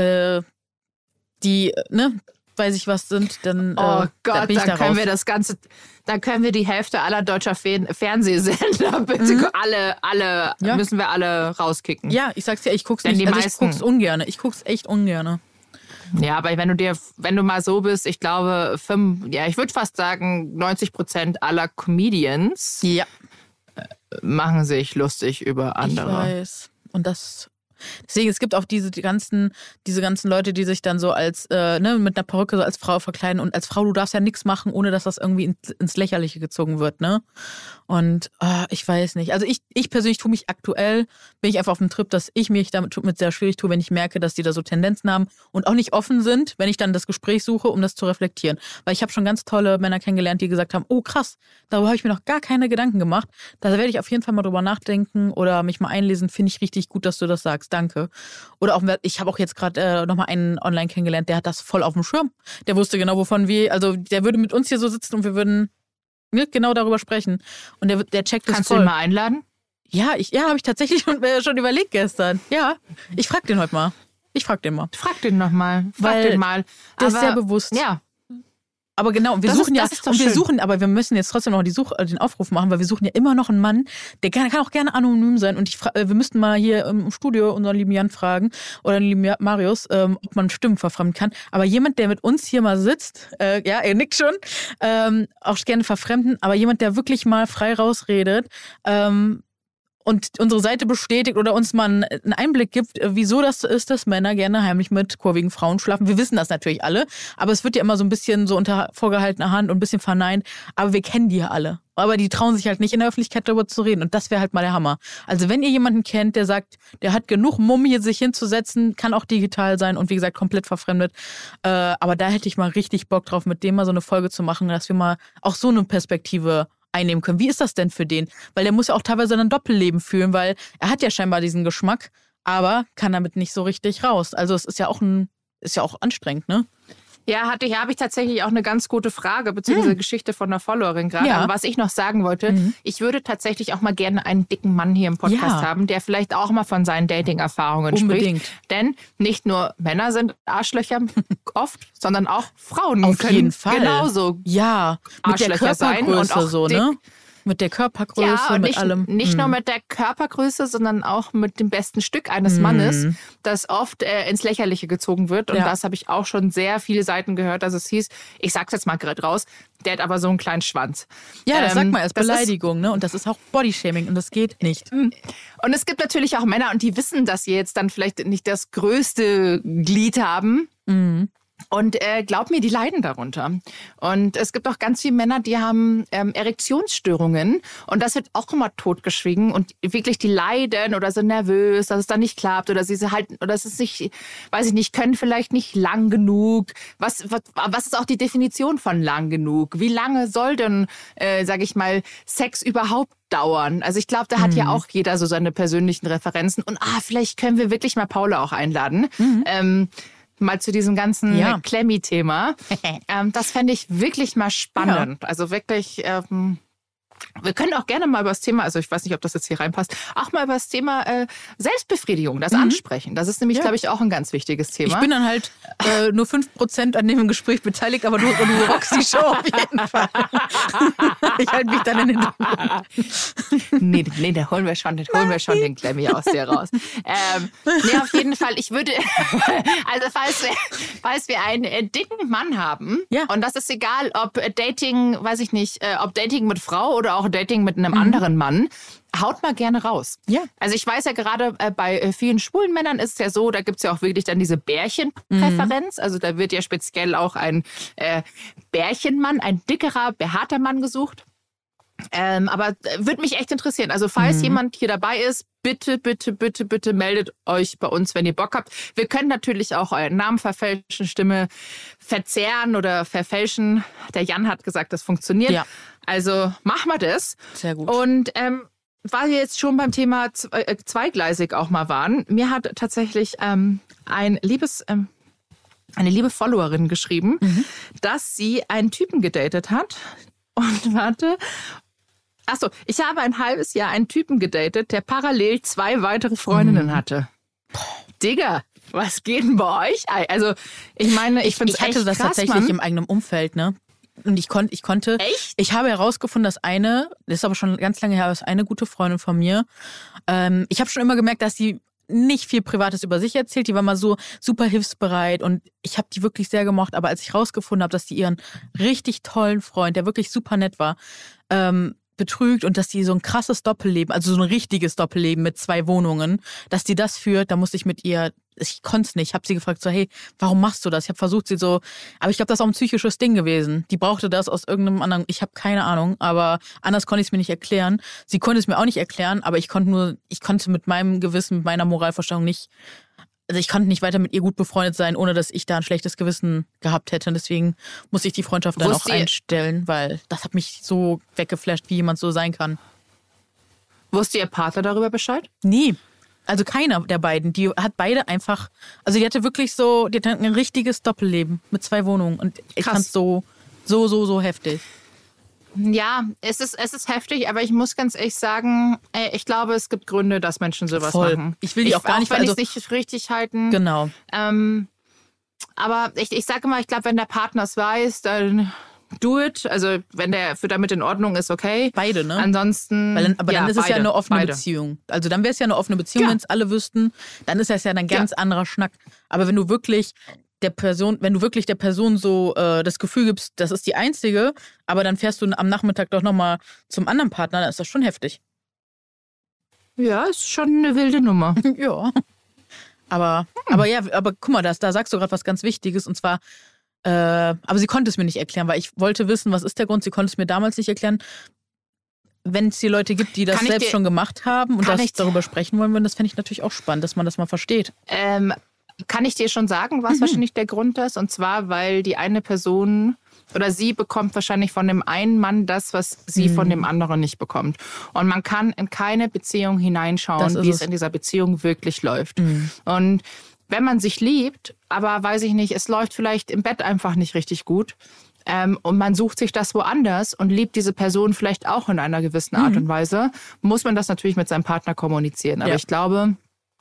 die, weiß ich was sind, dann oh Gott, bin ich dann können wir das Ganze, dann können wir die Hälfte aller deutscher Fernsehsender bitte alle müssen wir alle rauskicken. Ja, ich sag's ja, ich guck's nicht, ich guck's ungern. Ich guck's echt ungern. Ja, aber wenn du mal so bist, ich glaube, ich würde fast sagen, 90% aller Comedians machen sich lustig über andere. Ich weiß. Und deswegen, es gibt auch diese ganzen Leute, die sich dann so als mit einer Perücke so als Frau verkleiden. Und als Frau, du darfst ja nichts machen, ohne dass das irgendwie ins Lächerliche gezogen wird, ne? Und ich weiß nicht. Also ich persönlich bin ich einfach auf dem Trip, dass ich mich damit sehr schwierig tue, wenn ich merke, dass die da so Tendenzen haben und auch nicht offen sind, wenn ich dann das Gespräch suche, um das zu reflektieren. Weil ich habe schon ganz tolle Männer kennengelernt, die gesagt haben, oh krass, darüber habe ich mir noch gar keine Gedanken gemacht. Da werde ich auf jeden Fall mal drüber nachdenken oder mich mal einlesen. Finde ich richtig gut, dass du das sagst. Danke. Oder auch, ich habe auch jetzt gerade nochmal einen online kennengelernt, der hat das voll auf dem Schirm. Der wusste genau, der würde mit uns hier so sitzen und wir würden genau darüber sprechen. Und der checkt das voll. Kannst du ihn mal einladen? Ja, habe ich tatsächlich schon überlegt gestern. Ja, ich frag den heute mal. Frag den nochmal. Der ist sehr bewusst. Ja. Aber genau, wir suchen, aber wir müssen jetzt trotzdem noch den Aufruf machen, weil wir suchen ja immer noch einen Mann, der kann auch gerne anonym sein. Und wir müssten mal hier im Studio unseren lieben Jan fragen oder den lieben Marius, ob man Stimmen verfremden kann. Aber jemand, der mit uns hier mal sitzt, er nickt schon, auch gerne verfremden, aber jemand, der wirklich mal frei rausredet, und unsere Seite bestätigt oder uns mal einen Einblick gibt, wieso das ist, dass Männer gerne heimlich mit kurvigen Frauen schlafen. Wir wissen das natürlich alle, aber es wird ja immer so ein bisschen so unter vorgehaltener Hand und ein bisschen verneint. Aber wir kennen die ja alle. Aber die trauen sich halt nicht in der Öffentlichkeit darüber zu reden. Und das wäre halt mal der Hammer. Also wenn ihr jemanden kennt, der sagt, der hat genug Mumm, hier sich hinzusetzen, kann auch digital sein und wie gesagt komplett verfremdet. Aber da hätte ich mal richtig Bock drauf, mit dem mal so eine Folge zu machen, dass wir mal auch so eine Perspektive einnehmen können. Wie ist das denn für den? Weil der muss ja auch teilweise ein Doppelleben fühlen, weil er hat ja scheinbar diesen Geschmack, aber kann damit nicht so richtig raus. Also es ist ja auch anstrengend, ne? Ja, habe ich tatsächlich auch eine ganz gute Frage beziehungsweise Geschichte von einer Followerin gerade. Ja. Aber was ich noch sagen wollte, ich würde tatsächlich auch mal gerne einen dicken Mann hier im Podcast haben, der vielleicht auch mal von seinen Dating-Erfahrungen spricht. Denn nicht nur Männer sind Arschlöcher oft, sondern auch Frauen auf können jeden Fall genauso mit der Arschlöcher sein und auch so, dick. ne? Mit der Körpergröße, mit allem. Nicht nur mit der Körpergröße, sondern auch mit dem besten Stück eines Mannes, das oft ins Lächerliche gezogen wird. Und das habe ich auch schon sehr viele Seiten gehört, dass es hieß, ich sag's jetzt mal gerade raus, der hat aber so einen kleinen Schwanz. Ja, das sagt man als Beleidigung, ne? Und das ist auch Bodyshaming und das geht nicht. Und es gibt natürlich auch Männer, und die wissen, dass sie jetzt dann vielleicht nicht das größte Glied haben. Und glaub mir, die leiden darunter. Und es gibt auch ganz viele Männer, die haben Erektionsstörungen. Und das wird auch immer totgeschwiegen. Und wirklich, die leiden oder sind nervös, dass es dann nicht klappt. Oder sie halten, oder es ist nicht, weiß ich nicht, können vielleicht nicht lang genug. Was ist auch die Definition von lang genug? Wie lange soll denn, sage ich mal, Sex überhaupt dauern? Also ich glaube, da hat ja auch jeder so seine persönlichen Referenzen. Und vielleicht können wir wirklich mal Paula auch einladen. Mal zu diesem ganzen Klemmi-Thema. Das fände ich wirklich mal spannend. Ja. Also wirklich, wir können auch gerne mal über das Thema, also ich weiß nicht, ob das jetzt hier reinpasst, auch mal über das Thema Selbstbefriedigung, das ansprechen. Das ist nämlich, glaube ich, auch ein ganz wichtiges Thema. Ich bin dann halt nur 5% an dem Gespräch beteiligt, aber du rockst die Show auf jeden Fall. Ich halte mich dann in den Nee, da holen wir schon den Klemmi aus dir raus. Auf jeden Fall, ich würde, also falls wir einen dicken Mann haben, und das ist egal, ob Dating, weiß ich nicht, ob Dating mit Frau oder auch Dating mit einem anderen Mann, haut mal gerne raus. Ja. Also ich weiß ja gerade, bei vielen schwulen Männern ist es ja so, da gibt es ja auch wirklich dann diese Bärchenpräferenz. Also da wird ja speziell auch ein Bärchenmann, ein dickerer, behaarter Mann gesucht. Aber würde mich echt interessieren. Also falls jemand hier dabei ist, bitte meldet euch bei uns, wenn ihr Bock habt. Wir können natürlich auch euren Namen verfälschen, Stimme verzerren oder verfälschen. Der Jan hat gesagt, das funktioniert. Ja. Also machen wir das. Sehr gut. Und weil wir jetzt schon beim Thema zweigleisig auch mal waren, mir hat tatsächlich eine liebe Followerin geschrieben, dass sie einen Typen gedatet hat. Und warte. Achso, ich habe ein halbes Jahr einen Typen gedatet, der parallel 2 weitere Freundinnen hatte. Digga, was geht denn bei euch? Also, ich meine, ich finde es echt hatte das krass, tatsächlich Mann. im eigenen Umfeld, ne? Und ich konnte. Echt? Ich habe herausgefunden, dass das ist aber schon ganz lange her, ist eine gute Freundin von mir. Ich habe schon immer gemerkt, dass sie nicht viel Privates über sich erzählt. Die war mal so super hilfsbereit und ich habe die wirklich sehr gemocht. Aber als ich rausgefunden habe, dass die ihren richtig tollen Freund, der wirklich super nett war, betrügt und dass die so ein krasses Doppelleben, also so ein richtiges Doppelleben mit 2 Wohnungen, dass die das führt, da musste ich mit ihr, ich konnte es nicht. Ich habe sie gefragt, so, hey, warum machst du das? Ich habe versucht, sie so, aber ich glaube, das ist auch ein psychisches Ding gewesen. Die brauchte das aus irgendeinem anderen, ich habe keine Ahnung, aber anders konnte ich es mir nicht erklären. Sie konnte es mir auch nicht erklären, aber ich konnte mit meinem Gewissen, mit meiner Moralvorstellung nicht, also ich konnte nicht weiter mit ihr gut befreundet sein, ohne dass ich da ein schlechtes Gewissen gehabt hätte. Und deswegen musste ich die Freundschaft dann auch einstellen, weil das hat mich so weggeflasht, wie jemand so sein kann. Wusste Ihr Partner darüber Bescheid? Nie. Also keiner der beiden. Die hat beide einfach, also die hatte wirklich so, die hatte ein richtiges Doppelleben mit 2 Wohnungen. Und ich fand es so heftig. Ja, es ist heftig, aber ich muss ganz ehrlich sagen, ich glaube, es gibt Gründe, dass Menschen sowas machen. Ich will die auch gar nicht, wenn ich es nicht richtig halten. Genau. Aber ich sage mal, ich glaube, wenn der Partner es weiß, dann do it. Also wenn der damit in Ordnung ist, okay. Beide, ne? Ansonsten. Dann ist es ja eine offene Beziehung. Also dann wäre es ja eine offene Beziehung, wenn es alle wüssten. Dann ist das ja ein ganz anderer Schnack. Aber wenn du wirklich der Person so das Gefühl gibst, das ist die einzige, aber dann fährst du am Nachmittag doch nochmal zum anderen Partner, dann ist das schon heftig. Ja, ist schon eine wilde Nummer. Ja. Aber guck mal, da sagst du gerade was ganz Wichtiges und zwar, aber sie konnte es mir nicht erklären, weil ich wollte wissen, was ist der Grund, sie konnte es mir damals nicht erklären. Wenn es die Leute gibt, die das selbst schon gemacht haben und darüber sprechen wollen, das fände ich natürlich auch spannend, dass man das mal versteht. Kann ich dir schon sagen, was wahrscheinlich der Grund ist? Und zwar, weil die eine Person oder sie bekommt wahrscheinlich von dem einen Mann das, was sie von dem anderen nicht bekommt. Und man kann in keine Beziehung hineinschauen, wie es in dieser Beziehung wirklich läuft. Und wenn man sich liebt, aber weiß ich nicht, es läuft vielleicht im Bett einfach nicht richtig gut und man sucht sich das woanders und liebt diese Person vielleicht auch in einer gewissen Art und Weise, muss man das natürlich mit seinem Partner kommunizieren. Aber ich glaube,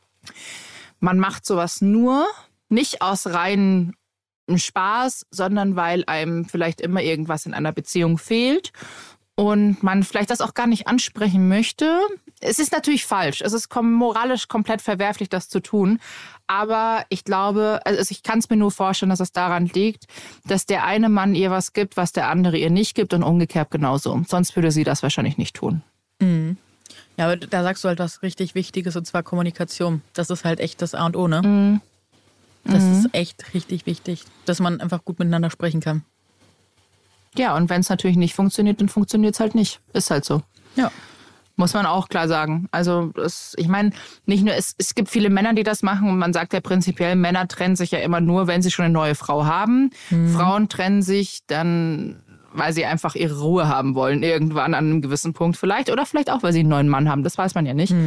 man macht sowas nur nicht aus reinem Spaß, sondern weil einem vielleicht immer irgendwas in einer Beziehung fehlt und man vielleicht das auch gar nicht ansprechen möchte. Es ist natürlich falsch. Es ist moralisch komplett verwerflich, das zu tun. Aber ich glaube, also ich kann es mir nur vorstellen, dass es daran liegt, dass der eine Mann ihr was gibt, was der andere ihr nicht gibt und umgekehrt genauso. Sonst würde sie das wahrscheinlich nicht tun. Mhm. Ja, aber da sagst du halt was richtig Wichtiges, und zwar Kommunikation. Das ist halt echt das A und O, ne? Das ist echt richtig wichtig, dass man einfach gut miteinander sprechen kann. Ja, und wenn es natürlich nicht funktioniert, dann funktioniert es halt nicht. Ist halt so. Ja. Muss man auch klar sagen. Also ich meine, nicht nur, es gibt viele Männer, die das machen und man sagt ja prinzipiell, Männer trennen sich ja immer nur, wenn sie schon eine neue Frau haben. Frauen trennen sich dann, weil sie einfach ihre Ruhe haben wollen, irgendwann an einem gewissen Punkt vielleicht. Oder vielleicht auch, weil sie einen neuen Mann haben, das weiß man ja nicht.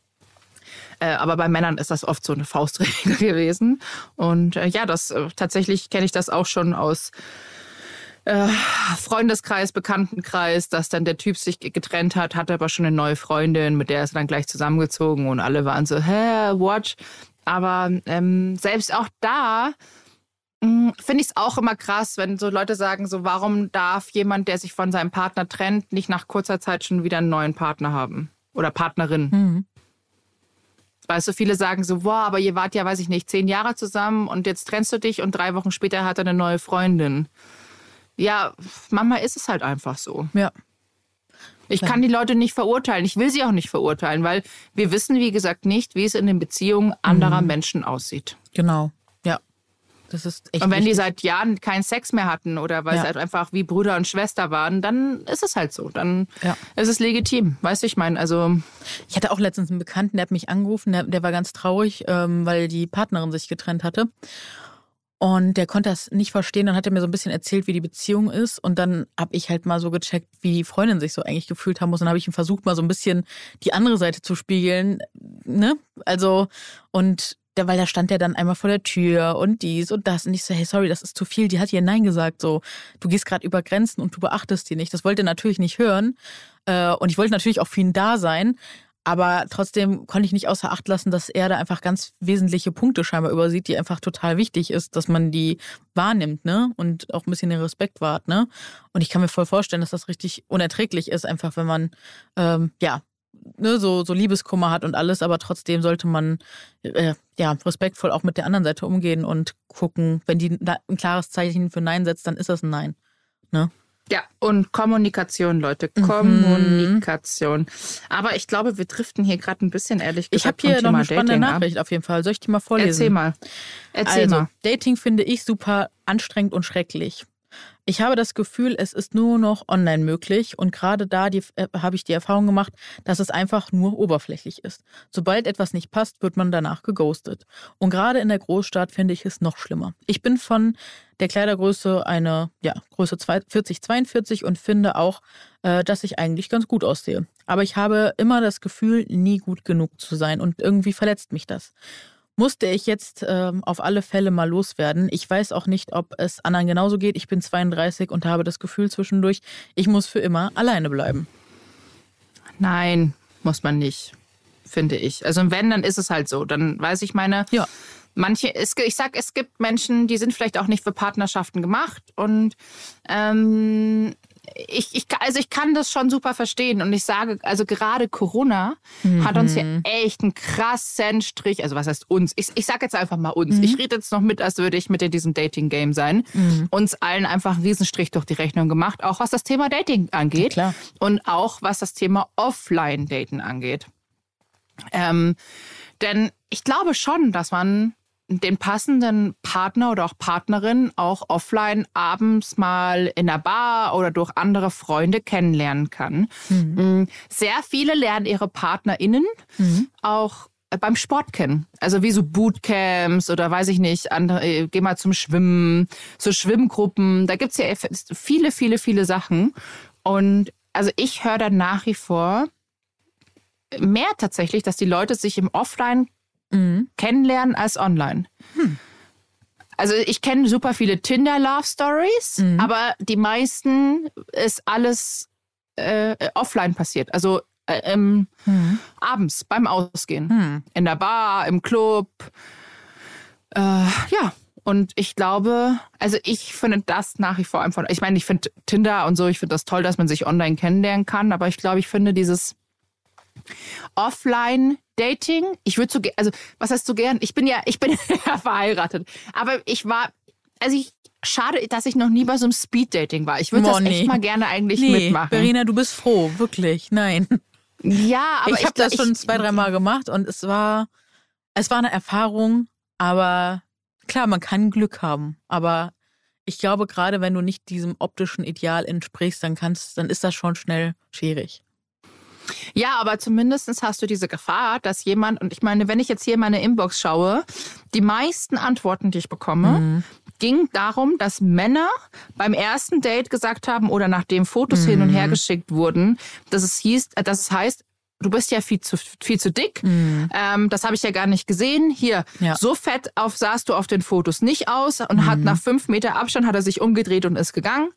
Aber bei Männern ist das oft so eine Faustregel gewesen. Und tatsächlich kenne ich das auch schon aus Freundeskreis, Bekanntenkreis, dass dann der Typ sich getrennt hat, hatte aber schon eine neue Freundin, mit der ist er dann gleich zusammengezogen und alle waren so, what? Aber selbst auch da finde ich es auch immer krass, wenn so Leute sagen, so warum darf jemand, der sich von seinem Partner trennt, nicht nach kurzer Zeit schon wieder einen neuen Partner haben oder Partnerin. Weißt du, viele sagen so, aber ihr wart ja, weiß ich nicht, 10 Jahre zusammen und jetzt trennst du dich und 3 Wochen später hat er eine neue Freundin. Ja, manchmal ist es halt einfach so. Ja. Ich kann die Leute nicht verurteilen. Ich will sie auch nicht verurteilen, weil wir wissen, wie gesagt, nicht, wie es in den Beziehungen anderer Menschen aussieht. Genau, ja. Das ist echt und wenn wichtig. die seit Jahren keinen Sex mehr hatten oder weil sie halt einfach wie Bruder und Schwester waren, dann ist es halt so. Dann ist es legitim. Weißt du, ich meine, also... Ich hatte auch letztens einen Bekannten, der hat mich angerufen, der war ganz traurig, weil die Partnerin sich getrennt hatte. Und der konnte das nicht verstehen. Dann hat er mir so ein bisschen erzählt, wie die Beziehung ist. Und dann habe ich halt mal so gecheckt, wie die Freundin sich so eigentlich gefühlt haben muss. Und dann habe ich ihm versucht, mal so ein bisschen die andere Seite zu spiegeln. Ne? Also, weil da stand der dann einmal vor der Tür und dies und das. Und ich so, hey, sorry, das ist zu viel. Die hat hier Nein gesagt. So, du gehst gerade über Grenzen und du beachtest die nicht. Das wollte er natürlich nicht hören. Und ich wollte natürlich auch für ihn da sein. Aber trotzdem konnte ich nicht außer Acht lassen, dass er da einfach ganz wesentliche Punkte scheinbar übersieht, die einfach total wichtig ist, dass man die wahrnimmt, ne? Und auch ein bisschen den Respekt wahrt, ne? Und ich kann mir voll vorstellen, dass das richtig unerträglich ist, einfach wenn man, so Liebeskummer hat und alles, aber trotzdem sollte man, respektvoll auch mit der anderen Seite umgehen und gucken, wenn die ein klares Zeichen für Nein setzt, dann ist das ein Nein, ne? Ja, und Kommunikation, Leute. Kommunikation. Aber ich glaube, wir driften hier gerade ein bisschen, ehrlich gesagt, ich habe hier noch eine spannende Nachricht auf jeden Fall. Soll ich die mal vorlesen? Erzähl mal. Dating finde ich super anstrengend und schrecklich. Ich habe das Gefühl, es ist nur noch online möglich und gerade da habe ich die Erfahrung gemacht, dass es einfach nur oberflächlich ist. Sobald etwas nicht passt, wird man danach geghostet. Und gerade in der Großstadt finde ich es noch schlimmer. Ich bin von der Kleidergröße Größe 40, 42 und finde auch, dass ich eigentlich ganz gut aussehe. Aber ich habe immer das Gefühl, nie gut genug zu sein und irgendwie verletzt mich das. Musste ich jetzt auf alle Fälle mal loswerden. Ich weiß auch nicht, ob es anderen genauso geht. Ich bin 32 und habe das Gefühl zwischendurch, ich muss für immer alleine bleiben. Nein, muss man nicht, finde ich. Also wenn, dann ist es halt so. Dann weiß ich es gibt Menschen, die sind vielleicht auch nicht für Partnerschaften gemacht und ich kann das schon super verstehen und ich sage, also gerade Corona hat uns hier echt einen krassen Strich, also was heißt uns? Ich sage jetzt einfach mal uns. Ich rede jetzt noch mit, als würde ich mit in diesem Dating-Game sein. Uns allen einfach einen Riesenstrich durch die Rechnung gemacht, auch was das Thema Dating angeht. Ja, klar. Und auch was das Thema Offline-Daten angeht. Denn ich glaube schon, dass man den passenden Partner oder auch Partnerin auch offline abends mal in der Bar oder durch andere Freunde kennenlernen kann. Sehr viele lernen ihre PartnerInnen auch beim Sport kennen. Also wie so Bootcamps oder weiß ich nicht, geh mal zum Schwimmen, so Schwimmgruppen. Da gibt's ja viele, viele, viele Sachen. Und also ich höre da nach wie vor mehr tatsächlich, dass die Leute sich im Offline kennenlernen als online. Also ich kenne super viele Tinder-Love-Stories, aber die meisten ist alles offline passiert. Also abends beim Ausgehen. In der Bar, im Club. Ja, und ich glaube, also ich finde das nach wie vor einfach, ich meine, ich finde Tinder und so, ich finde das toll, dass man sich online kennenlernen kann, aber ich glaube, ich finde dieses Offline-Dating, ich würde so gerne, also was heißt so gern? Ich bin ja verheiratet, aber schade, dass ich noch nie bei so einem Speed-Dating war. Ich würde das echt mal gerne eigentlich mitmachen. Verena, du bist froh, wirklich, nein. Ja, aber ich habe das schon 2-3 Mal gemacht und es war eine Erfahrung, aber klar, man kann Glück haben, aber ich glaube, gerade wenn du nicht diesem optischen Ideal entsprichst, dann ist das schon schnell schwierig. Ja, aber zumindest hast du diese Gefahr, dass jemand, und ich meine, wenn ich jetzt hier in meine Inbox schaue, die meisten Antworten, die ich bekomme, ging darum, dass Männer beim ersten Date gesagt haben oder nachdem Fotos hin und her geschickt wurden, dass es heißt, du bist ja viel zu dick, das habe ich ja gar nicht gesehen. Hier, so fett sahst du auf den Fotos nicht aus und hat nach 5 Meter Abstand hat er sich umgedreht und ist gegangen.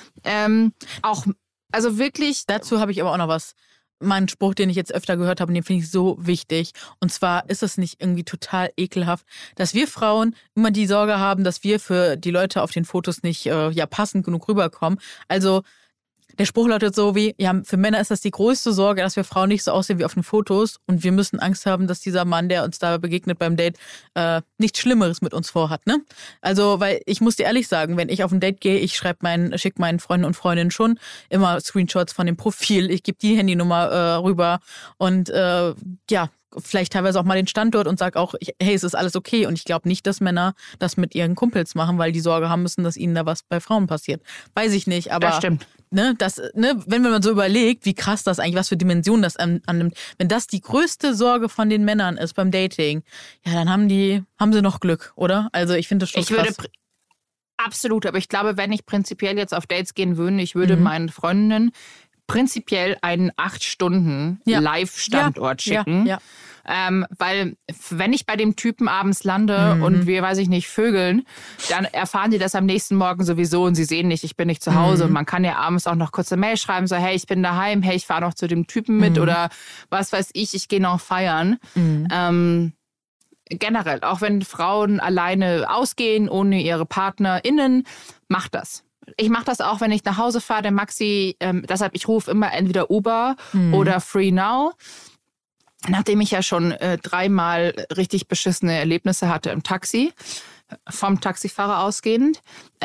Also wirklich. Dazu habe ich aber auch noch was. Mein Spruch, den ich jetzt öfter gehört habe, und den finde ich so wichtig. Und zwar ist es nicht irgendwie total ekelhaft, dass wir Frauen immer die Sorge haben, dass wir für die Leute auf den Fotos nicht passend genug rüberkommen. Also der Spruch lautet so wie, ja, für Männer ist das die größte Sorge, dass wir Frauen nicht so aussehen wie auf den Fotos und wir müssen Angst haben, dass dieser Mann, der uns da begegnet beim Date, nichts Schlimmeres mit uns vorhat, ne? Also, weil ich muss dir ehrlich sagen, wenn ich auf ein Date gehe, ich schicke meinen Freunden und Freundinnen schon immer Screenshots von dem Profil, ich gebe die Handynummer rüber und vielleicht teilweise auch mal den Standort und sag auch, hey, es ist alles okay. Und ich glaube nicht, dass Männer das mit ihren Kumpels machen, weil die Sorge haben müssen, dass ihnen da was bei Frauen passiert. Weiß ich nicht, aber das stimmt. Wenn man so überlegt, wie krass das eigentlich, was für Dimensionen das annimmt, wenn das die größte Sorge von den Männern ist beim Dating, ja, dann haben sie noch Glück, oder? Also ich finde das schon krass. Absolut, aber ich glaube, wenn ich prinzipiell jetzt auf Dates gehen würde, ich würde meinen Freundinnen prinzipiell einen 8 Stunden Live-Standort schicken. Ja. Weil wenn ich bei dem Typen abends lande und wir, weiß ich nicht, vögeln, dann erfahren die das am nächsten Morgen sowieso und sie sehen nicht, ich bin nicht zu Hause. Und man kann ja abends auch noch kurz eine Mail schreiben, so hey, ich bin daheim, hey, ich fahre noch zu dem Typen mit oder was weiß ich gehe noch feiern. Generell, auch wenn Frauen alleine ausgehen, ohne ihre PartnerInnen, macht das. Ich mache das auch, wenn ich nach Hause fahre, der Maxi, deshalb ich rufe immer entweder Uber oder Free Now. Nachdem ich ja schon 3-mal richtig beschissene Erlebnisse hatte im Taxi, vom Taxifahrer ausgehend,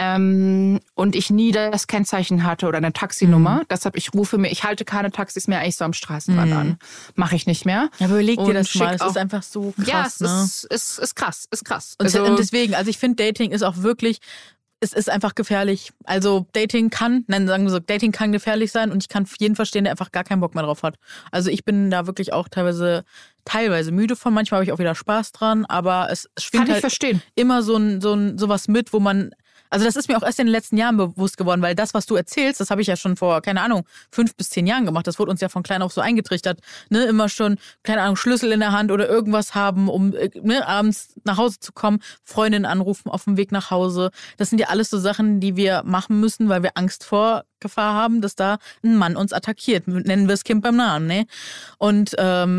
und ich nie das Kennzeichen hatte oder eine Taxinummer. Deshalb ich halte keine Taxis mehr eigentlich so am Straßenrand an. Mache ich nicht mehr. Ja, aber überleg dir das mal, es ist einfach so krass. Ja, es ist krass, ist krass. Und deswegen, also ich finde, Dating ist auch wirklich... Es ist einfach gefährlich. Also Dating kann gefährlich sein und ich kann jeden verstehen, der einfach gar keinen Bock mehr drauf hat. Also ich bin da wirklich auch teilweise müde von, manchmal habe ich auch wieder Spaß dran, aber es schwingt halt immer sowas mit, wo man, also das ist mir auch erst in den letzten Jahren bewusst geworden, weil das, was du erzählst, das habe ich ja schon vor, keine Ahnung, 5 bis 10 Jahren gemacht. Das wurde uns ja von klein auf so eingetrichtert, ne, immer schon, keine Ahnung, Schlüssel in der Hand oder irgendwas haben, um abends nach Hause zu kommen, Freundin anrufen auf dem Weg nach Hause. Das sind ja alles so Sachen, die wir machen müssen, weil wir Angst vor Gefahr haben, dass da ein Mann uns attackiert. Nennen wir das Kind beim Namen, ne? Und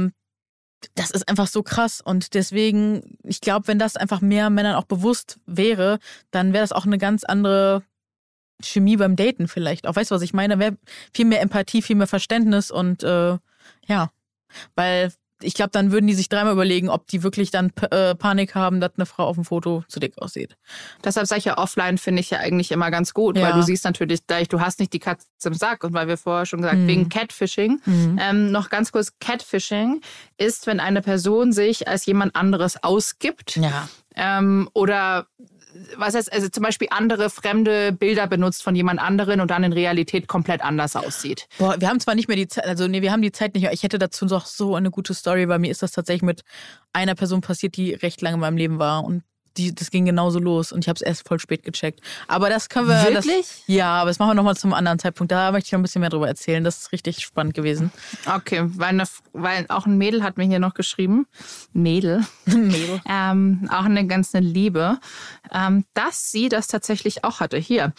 das ist einfach so krass und deswegen, ich glaube, wenn das einfach mehr Männern auch bewusst wäre, dann wäre das auch eine ganz andere Chemie beim Daten vielleicht. Auch weißt du, was ich meine? Da wäre viel mehr Empathie, viel mehr Verständnis und weil ich glaube, dann würden die sich dreimal überlegen, ob die wirklich dann Panik haben, dass eine Frau auf dem Foto zu dick aussieht. Deshalb sage ich ja, offline finde ich ja eigentlich immer ganz gut, weil du siehst natürlich gleich, du hast nicht die Katze im Sack. Und weil wir vorher schon gesagt, wegen Catfishing, noch ganz kurz, Catfishing ist, wenn eine Person sich als jemand anderes ausgibt oder was heißt, also zum Beispiel andere fremde Bilder benutzt von jemand anderen und dann in Realität komplett anders aussieht. Boah, wir haben zwar nicht mehr die Zeit, wir haben die Zeit nicht mehr. Ich hätte dazu noch so eine gute Story, weil mir ist das tatsächlich mit einer Person passiert, die recht lange in meinem Leben war und das ging genauso los und ich habe es erst voll spät gecheckt. Aber das können wir... Wirklich? Ja, aber das machen wir nochmal zum anderen Zeitpunkt. Da möchte ich noch ein bisschen mehr drüber erzählen. Das ist richtig spannend gewesen. Okay, weil auch ein Mädel hat mir hier noch geschrieben. Mädel. Auch eine ganz Liebe. Dass sie das tatsächlich auch hatte. Hier.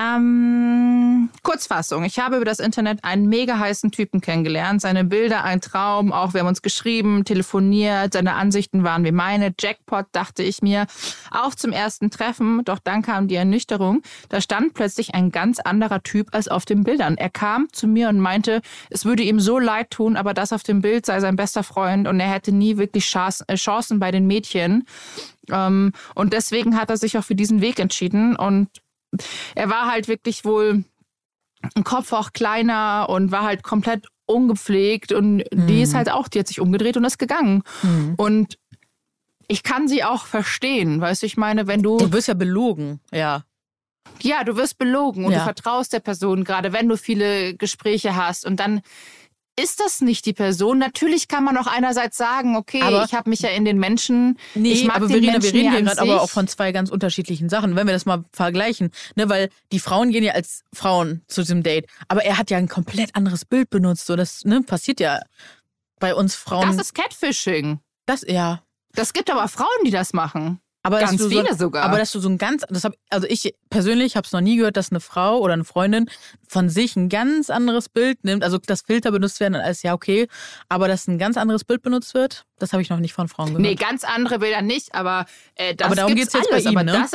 Kurzfassung. Ich habe über das Internet einen mega heißen Typen kennengelernt. Seine Bilder ein Traum. Auch wir haben uns geschrieben, telefoniert. Seine Ansichten waren wie meine. Jackpot, dachte ich mir. Auch zum ersten Treffen. Doch dann kam die Ernüchterung. Da stand plötzlich ein ganz anderer Typ als auf den Bildern. Er kam zu mir und meinte, es würde ihm so leid tun, aber das auf dem Bild sei sein bester Freund und er hätte nie wirklich Chancen bei den Mädchen. Und deswegen hat er sich auch für diesen Weg entschieden und er war halt wirklich wohl ein Kopf auch kleiner und war halt komplett ungepflegt und die ist halt auch, die hat sich umgedreht und ist gegangen. Und ich kann sie auch verstehen, weißt du, ich meine, wenn du... Du wirst ja belogen, ja. Ja, du wirst belogen und du vertraust der Person, gerade wenn du viele Gespräche hast und dann ist das nicht die Person. Natürlich kann man auch einerseits sagen, okay, aber ich habe mich ja in den Menschen, ich mag aber den wir Menschen reden ja hier gerade aber auch von zwei ganz unterschiedlichen Sachen, wenn wir das mal vergleichen. Ne, weil die Frauen gehen ja als Frauen zu diesem Date, aber er hat ja ein komplett anderes Bild benutzt. So, das passiert ja bei uns Frauen. Das ist Catfishing. Das gibt aber Frauen, die das machen. Aber ganz viele sogar. Aber dass du so ein ich persönlich habe es noch nie gehört, dass eine Frau oder eine Freundin von sich ein ganz anderes Bild nimmt, also das Filter benutzt werden als ja okay, aber dass ein ganz anderes Bild benutzt wird, das habe ich noch nicht von Frauen gehört. Nee, ganz andere Bilder nicht, aber aber darum geht's jetzt alles, bei ihm, aber ne?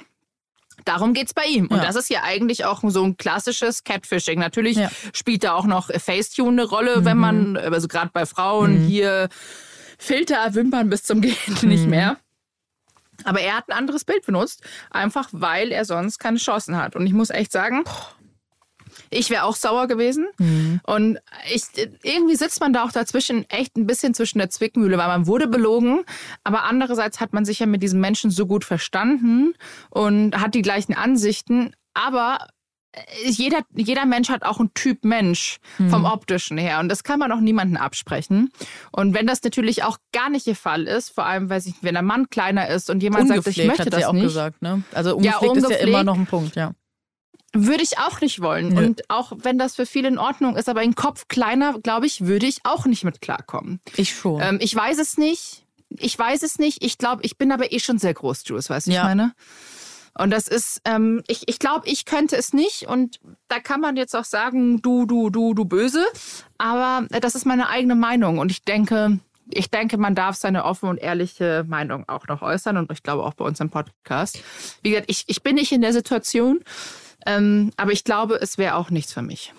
Darum geht's bei ihm. Und das ist ja eigentlich auch so ein klassisches Catfishing. Natürlich spielt da auch noch Facetune eine Rolle, wenn man, also gerade bei Frauen hier Filter, Wimpern bis zum Gehen nicht mehr. Aber er hat ein anderes Bild benutzt, einfach weil er sonst keine Chancen hat. Und ich muss echt sagen, ich wäre auch sauer gewesen. Und irgendwie sitzt man da auch dazwischen, echt ein bisschen zwischen der Zwickmühle, weil man wurde belogen. Aber andererseits hat man sich ja mit diesem Menschen so gut verstanden und hat die gleichen Ansichten. Aber jeder Mensch hat auch einen Typ Mensch vom Optischen her. Und das kann man auch niemandem absprechen. Und wenn das natürlich auch gar nicht ihr Fall ist, vor allem, wenn der Mann kleiner ist und jemand sagt, ich möchte das auch nicht. Gesagt, ne? Also ungepflegt ist ja immer noch ein Punkt, ja. Würde ich auch nicht wollen. Nö. Und auch wenn das für viele in Ordnung ist, aber ein Kopf kleiner, glaube ich, würde ich auch nicht mit klarkommen. Ich schon. Ich weiß es nicht. Ich glaube, ich bin aber schon sehr groß, Jules, weißt du, ich meine? Und das ist, ich glaube, ich könnte es nicht. Und da kann man jetzt auch sagen, du böse. Aber das ist meine eigene Meinung. Und ich denke, man darf seine offene und ehrliche Meinung auch noch äußern. Und ich glaube auch bei uns im Podcast. Wie gesagt, ich bin nicht in der Situation. Aber ich glaube, es wäre auch nichts für mich.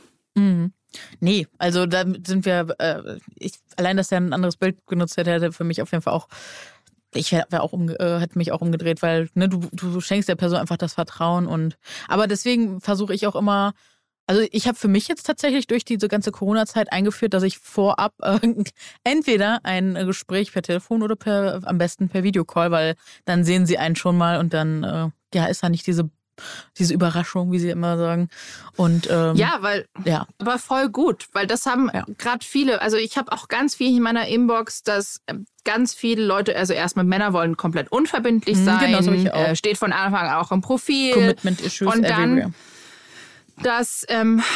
Nee, also da sind wir, allein, dass er ein anderes Bild genutzt hätte für mich auf jeden Fall auch. Ich hätte mich auch umgedreht, weil ne, du schenkst der Person einfach das Vertrauen aber deswegen versuche ich auch immer, also ich habe für mich jetzt tatsächlich durch diese ganze Corona-Zeit eingeführt, dass ich vorab entweder ein Gespräch per Telefon oder am besten per Videocall, weil dann sehen sie einen schon mal und dann ist da nicht diese Überraschung, wie sie immer sagen. Und aber voll gut, weil das haben gerade viele, also ich habe auch ganz viel in meiner Inbox, dass ganz viele Leute, also erstmal Männer wollen komplett unverbindlich sein, genau, so ich auch. Steht von Anfang an auch im Profil. Commitment-Issues und dann, everywhere. Dass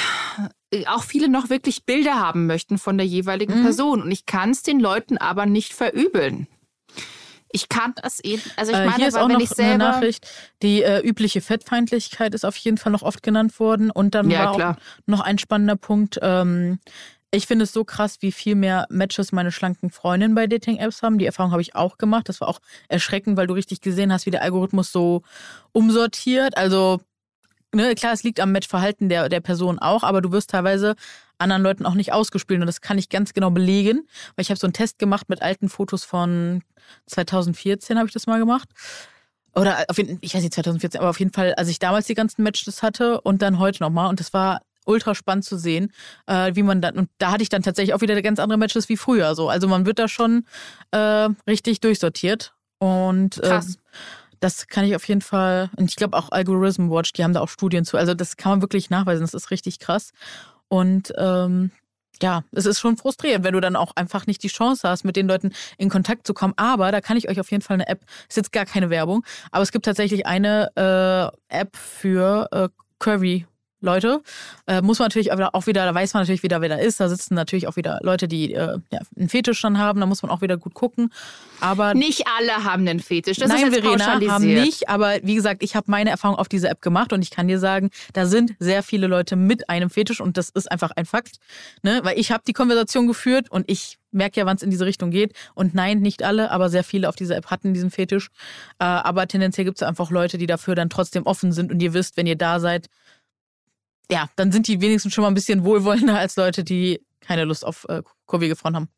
auch viele noch wirklich Bilder haben möchten von der jeweiligen Person und ich kann es den Leuten aber nicht verübeln. Ich kann das eben, also ich meine, hier ist auch noch eine Nachricht, die übliche Fettfeindlichkeit ist auf jeden Fall noch oft genannt worden und dann war auch noch ein spannender Punkt, ich finde es so krass, wie viel mehr Matches meine schlanken Freundinnen bei Dating-Apps haben. Die Erfahrung habe ich auch gemacht, das war auch erschreckend, weil du richtig gesehen hast, wie der Algorithmus so umsortiert, also ne, klar, es liegt am Matchverhalten der Person auch, aber du wirst teilweise anderen Leuten auch nicht ausgespielt. Und das kann ich ganz genau belegen, weil ich habe so einen Test gemacht mit alten Fotos von 2014 habe ich das mal gemacht. Oder ich weiß nicht, 2014, aber auf jeden Fall, als ich damals die ganzen Matches hatte und dann heute nochmal. Und das war ultra spannend zu sehen, wie man dann, und da hatte ich dann tatsächlich auch wieder ganz andere Matches wie früher. So. Also man wird da schon richtig durchsortiert. Und krass. Das kann ich auf jeden Fall, und ich glaube auch Algorithm Watch, die haben da auch Studien zu. Also das kann man wirklich nachweisen, das ist richtig krass. Und es ist schon frustrierend, wenn du dann auch einfach nicht die Chance hast, mit den Leuten in Kontakt zu kommen. Aber da kann ich euch auf jeden Fall eine App, ist jetzt gar keine Werbung, aber es gibt tatsächlich eine App für Curvy-Leute. Muss man natürlich auch wieder, da weiß man natürlich wieder, wer da ist. Da sitzen natürlich auch wieder Leute, die einen Fetisch dann haben. Da muss man auch wieder gut gucken. Aber nicht alle haben einen Fetisch. Das nein, ist jetzt Verena, haben nicht. Aber wie gesagt, ich habe meine Erfahrung auf diese App gemacht und ich kann dir sagen, da sind sehr viele Leute mit einem Fetisch und das ist einfach ein Fakt. Ne? Weil ich habe die Konversation geführt und ich merke ja, wann es in diese Richtung geht. Und nein, nicht alle, aber sehr viele auf dieser App hatten diesen Fetisch. Aber tendenziell gibt es einfach Leute, die dafür dann trotzdem offen sind und ihr wisst, wenn ihr da seid, ja, dann sind die wenigstens schon mal ein bisschen wohlwollender als Leute, die keine Lust auf kurvige Frauen haben.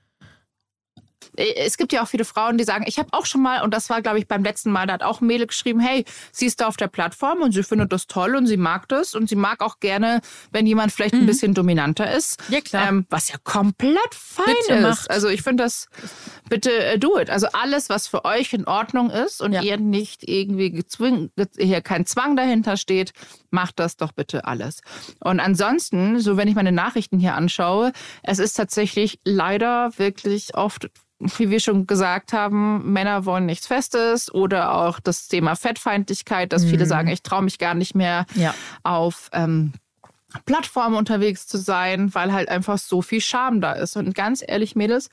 Es gibt ja auch viele Frauen, die sagen, ich habe auch schon mal, und das war, glaube ich, beim letzten Mal, da hat auch ein Mädel geschrieben, hey, sie ist da auf der Plattform und sie findet das toll und sie mag das und sie mag auch gerne, wenn jemand vielleicht ein bisschen dominanter ist. Ja, klar. Was ja komplett fein bitte ist. Macht. Also ich finde das, bitte do it. Also alles, was für euch in Ordnung ist und ihr nicht irgendwie hier kein Zwang dahinter steht, macht das doch bitte alles. Und ansonsten, so wenn ich meine Nachrichten hier anschaue, es ist tatsächlich leider wirklich oft, wie wir schon gesagt haben, Männer wollen nichts Festes oder auch das Thema Fettfeindlichkeit, dass viele sagen, ich traue mich gar nicht mehr auf Plattformen unterwegs zu sein, weil halt einfach so viel Scham da ist. Und ganz ehrlich, Mädels,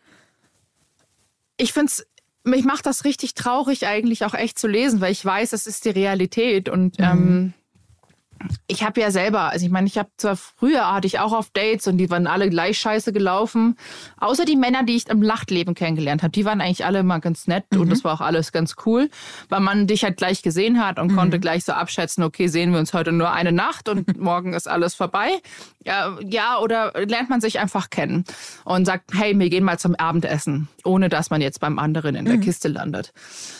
mich macht das richtig traurig eigentlich auch echt zu lesen, weil ich weiß, das ist die Realität und ich habe ja selber, also ich meine, früher hatte ich auch auf Dates und die waren alle gleich scheiße gelaufen. Außer die Männer, die ich im Nachtleben kennengelernt habe, die waren eigentlich alle immer ganz nett und das war auch alles ganz cool, weil man dich halt gleich gesehen hat und konnte gleich so abschätzen, okay, sehen wir uns heute nur eine Nacht und morgen ist alles vorbei. Ja, oder lernt man sich einfach kennen und sagt, hey, wir gehen mal zum Abendessen, ohne dass man jetzt beim anderen in der Kiste landet.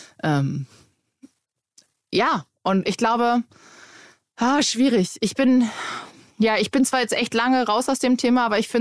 Ja, und ich glaube, schwierig. Ich bin zwar jetzt echt lange raus aus dem Thema, aber ich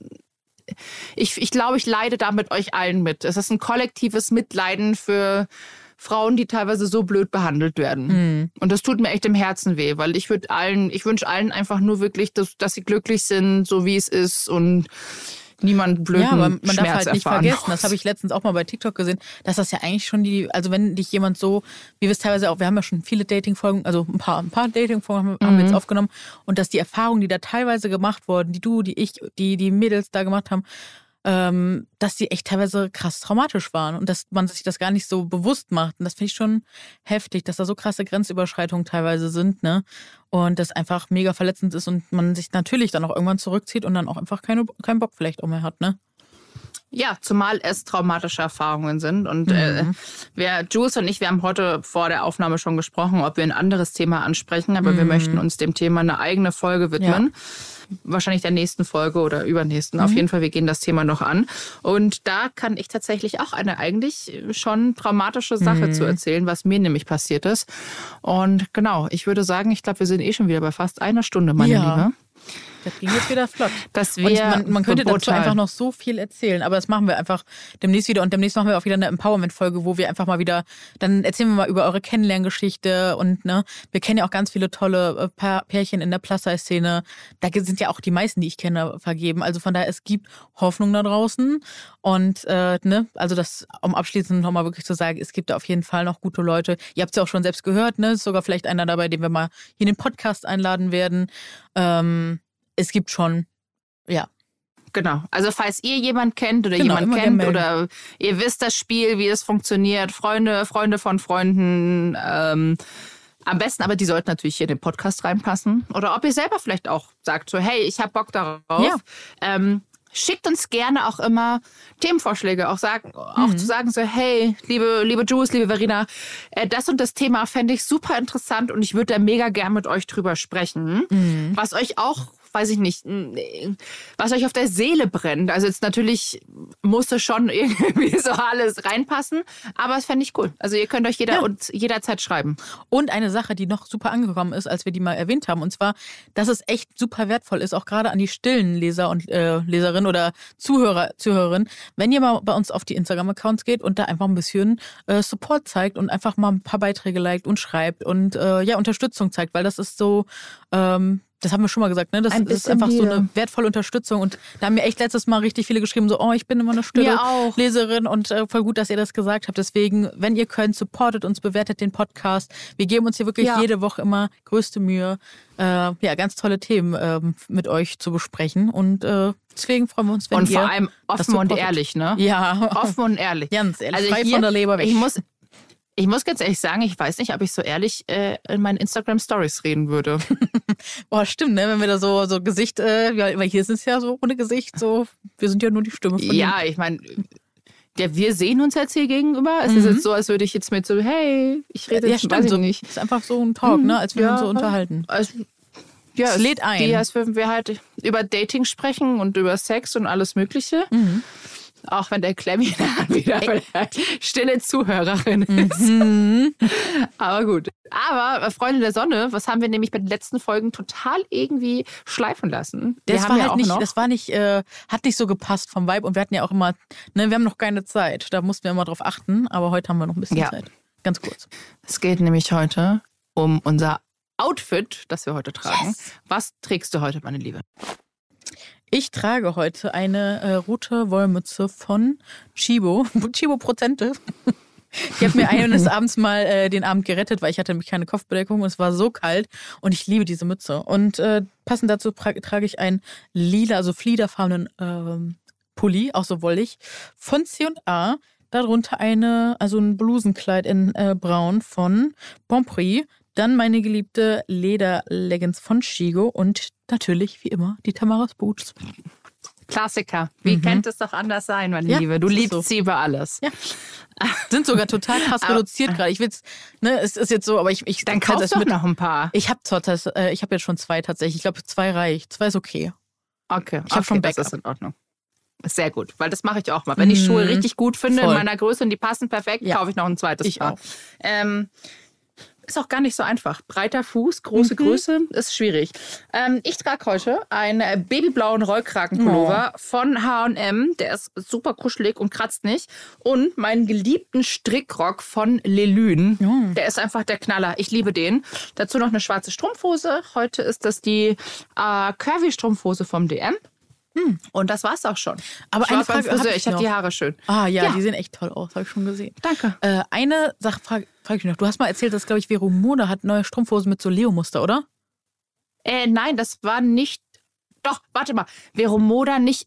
glaube, ich leide da mit euch allen mit. Es ist ein kollektives Mitleiden für Frauen, die teilweise so blöd behandelt werden. Und das tut mir echt im Herzen weh, weil ich wünsche allen einfach nur wirklich, dass sie glücklich sind, so wie es ist und niemand blöden Schmerz erfahren. Man darf halt nicht vergessen, das habe ich letztens auch mal bei TikTok gesehen, dass das ja eigentlich schon also wenn dich jemand so, wie wir es teilweise auch, wir haben ja schon viele Dating-Folgen, also ein paar Dating-Folgen haben wir jetzt aufgenommen und dass die Erfahrungen, die da teilweise gemacht wurden, die Mädels da gemacht haben, dass die echt teilweise krass traumatisch waren und dass man sich das gar nicht so bewusst macht. Und das finde ich schon heftig, dass da so krasse Grenzüberschreitungen teilweise sind, ne? Und das einfach mega verletzend ist und man sich natürlich dann auch irgendwann zurückzieht und dann auch einfach keinen Bock vielleicht auch mehr hat, ne? Ja, zumal es traumatische Erfahrungen sind. Und Jules und ich, wir haben heute vor der Aufnahme schon gesprochen, ob wir ein anderes Thema ansprechen, aber wir möchten uns dem Thema eine eigene Folge widmen. Ja. Wahrscheinlich der nächsten Folge oder übernächsten. Auf jeden Fall, wir gehen das Thema noch an. Und da kann ich tatsächlich auch eine eigentlich schon traumatische Sache zu erzählen, was mir nämlich passiert ist. Und genau, ich würde sagen, ich glaube, wir sind schon wieder bei fast einer Stunde, meine Liebe. Das ging jetzt wieder flott. Und man könnte dazu einfach noch so viel erzählen, aber das machen wir einfach demnächst wieder. Und demnächst machen wir auch wieder eine Empowerment-Folge, wo wir einfach mal wieder, dann erzählen wir mal über eure Kennenlerngeschichte und ne, wir kennen ja auch ganz viele tolle Pärchen in der Plus-Size-Szene. Da sind ja auch die meisten, die ich kenne, vergeben. Also von daher, es gibt Hoffnung da draußen. Und also das, um abschließend nochmal wirklich zu sagen, es gibt da auf jeden Fall noch gute Leute. Ihr habt es ja auch schon selbst gehört, ne? Ist sogar vielleicht einer dabei, den wir mal hier in den Podcast einladen werden. Es gibt schon, ja. Genau. Also falls ihr jemand kennt oder jemand kennt oder ihr wisst das Spiel, wie es funktioniert, Freunde von Freunden, am besten, aber die sollten natürlich hier in den Podcast reinpassen. Oder ob ihr selber vielleicht auch sagt so, hey, ich hab Bock darauf. Ja. schickt uns gerne auch immer Themenvorschläge, auch zu sagen so, hey, liebe Jules, liebe Verena, das und das Thema fände ich super interessant und ich würde da mega gern mit euch drüber sprechen. Was euch auch, weiß ich nicht, was euch auf der Seele brennt. Also jetzt natürlich muss es schon irgendwie so alles reinpassen, aber das fände ich cool. Also ihr könnt euch jederzeit schreiben. Und eine Sache, die noch super angekommen ist, als wir die mal erwähnt haben, und zwar, dass es echt super wertvoll ist, auch gerade an die stillen Leser und Leserinnen oder Zuhörerinnen, wenn ihr mal bei uns auf die Instagram-Accounts geht und da einfach ein bisschen Support zeigt und einfach mal ein paar Beiträge liked und schreibt und Unterstützung zeigt, weil das ist so... das haben wir schon mal gesagt, ne? Das ist einfach so eine wertvolle Unterstützung. Und da haben mir echt letztes Mal richtig viele geschrieben, so, ich bin immer eine stille Leserin und voll gut, dass ihr das gesagt habt. Deswegen, wenn ihr könnt, supportet uns, bewertet den Podcast. Wir geben uns hier wirklich jede Woche immer größte Mühe, ganz tolle Themen mit euch zu besprechen. Und deswegen freuen wir uns, wenn ihr... Und vor allem offen und ehrlich, ne? Ja. Offen und ehrlich. Ganz ehrlich, also frei von der Leber weg. Ich muss ganz ehrlich sagen, ich weiß nicht, ob ich so ehrlich in meinen Instagram-Stories reden würde. Boah, stimmt, ne? Wenn wir da so Gesicht, weil hier sind es ja so ohne Gesicht, so, wir sind ja nur die Stimme von Ja, ich meine, wir sehen uns jetzt hier gegenüber. Es ist jetzt so, als würde ich jetzt mit so, hey, ich rede jetzt, weiß ich nicht. Es ist einfach so ein Talk, ne? Als wir uns so unterhalten. Also, es lädt ein. Als würden wir halt über Dating sprechen und über Sex und alles Mögliche. Auch wenn der Klemmi wieder stille Zuhörerin ist. Aber gut. Aber Freunde der Sonne, was haben wir nämlich bei den letzten Folgen total irgendwie schleifen lassen? Das war nicht, hat nicht so gepasst vom Vibe. Und wir hatten ja auch immer, ne, wir haben noch keine Zeit. Da mussten wir immer drauf achten. Aber heute haben wir noch ein bisschen Zeit. Ganz kurz. Es geht nämlich heute um unser Outfit, das wir heute tragen. Yes. Was trägst du heute, meine Liebe? Ich trage heute eine rote Wollmütze von Chibo. Chibo Prozente. Ich habe mir eines Abends mal den Abend gerettet, weil ich hatte nämlich keine Kopfbedeckung und es war so kalt und ich liebe diese Mütze. Und passend dazu trage ich einen lila, also fliederfarbenen Pulli, auch so wollig, von C&A. Darunter ein Blusenkleid in braun von Bonprix. Dann meine geliebte Lederleggings von Chigo und natürlich, wie immer, die Tamaras Boots. Klassiker. Wie könnte es doch anders sein, meine Liebe? Du liebst sie über alles. Ja. Sind sogar total krass reduziert gerade. Ich will's, ne, es ist jetzt so, aber ich dann kauf doch noch ein paar. Ich habe jetzt schon 2 tatsächlich. Ich glaube, 2 reicht. 2 ist okay. Okay, ich habe schon Backup. Das ist in Ordnung. Sehr gut, weil das mache ich auch mal. Wenn ich Schuhe richtig gut finde, in meiner Größe und die passen perfekt, kaufe ich noch ein zweites Paar. Auch. Ist auch gar nicht so einfach. Breiter Fuß, große Größe, ist schwierig. Ich trage heute einen babyblauen Rollkragenpullover von H&M. Der ist super kuschelig und kratzt nicht. Und meinen geliebten Strickrock von Lelune. Der ist einfach der Knaller. Ich liebe den. Dazu noch eine schwarze Strumpfhose. Heute ist das die Curvy-Strumpfhose vom DM. Und das war's auch schon. Aber eine Frage ich habe die Haare schön. Die sehen echt toll aus, habe ich schon gesehen. Danke. Eine Sache frage ich noch. Du hast mal erzählt, dass, glaube ich, Vero Moda hat neue Strumpfhosen mit so Leo-Muster, oder? Nein, das war nicht... Doch, warte mal. Vero Moda nicht...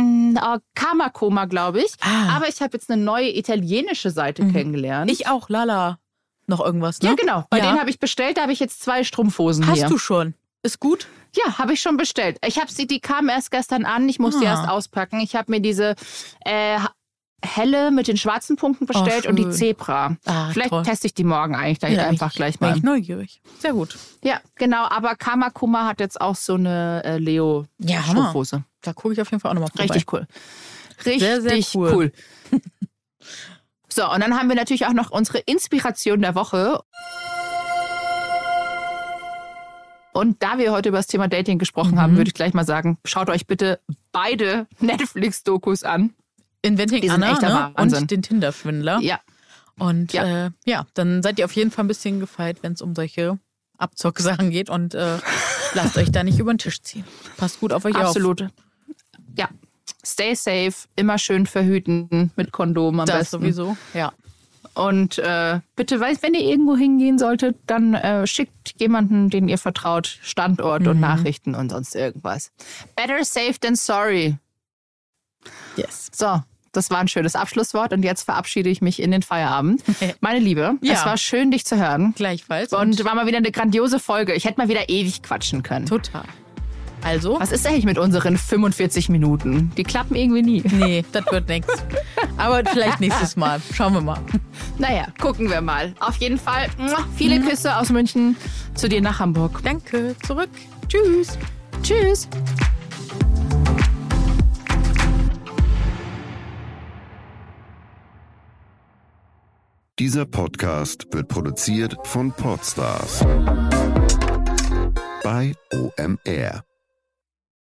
Kamakoma, glaube ich. Aber ich habe jetzt eine neue italienische Seite kennengelernt. Ich auch, Lala. Noch irgendwas, ne? Ja, genau. Bei denen habe ich bestellt, da habe ich jetzt 2 Strumpfhosen hier. Hast du schon? Ist gut? Ja, habe ich schon bestellt. Die kamen erst gestern an. Ich musste erst auspacken. Ich habe mir diese helle mit den schwarzen Punkten bestellt und die Zebra. Vielleicht teste ich die morgen eigentlich gleich mal. Bin ich neugierig. Sehr gut. Ja, genau. Aber Kamakuma hat jetzt auch so eine Leo-Strumpfhose. Da gucke ich auf jeden Fall auch nochmal vorbei. Richtig cool. Sehr, sehr cool. So, und dann haben wir natürlich auch noch unsere Inspiration der Woche. Und da wir heute über das Thema Dating gesprochen haben, würde ich gleich mal sagen, schaut euch bitte beide Netflix-Dokus an. Inventing Anna, ne? Und den Tinder-Schwindler. Ja. Und dann seid ihr auf jeden Fall ein bisschen gefeit, wenn es um solche Abzock-Sachen geht und lasst euch da nicht über den Tisch ziehen. Passt gut auf euch auf. Absolut. Ja. Stay safe, immer schön verhüten mit Kondom am besten. Das sowieso, ja. Und bitte, wenn ihr irgendwo hingehen solltet, dann schickt jemanden, den ihr vertraut, Standort und Nachrichten und sonst irgendwas. Better safe than sorry. Yes. So, das war ein schönes Abschlusswort und jetzt verabschiede ich mich in den Feierabend. Meine Liebe, es war schön, dich zu hören. Gleichfalls. Und war mal wieder eine grandiose Folge. Ich hätte mal wieder ewig quatschen können. Total. Also? Was ist eigentlich mit unseren 45 Minuten? Die klappen irgendwie nie. Nee, das wird nichts. Aber vielleicht nächstes Mal. Schauen wir mal. Naja, gucken wir mal. Auf jeden Fall viele Küsse aus München zu dir nach Hamburg. Danke, zurück. Tschüss. Tschüss. Dieser Podcast wird produziert von Podstars bei OMR.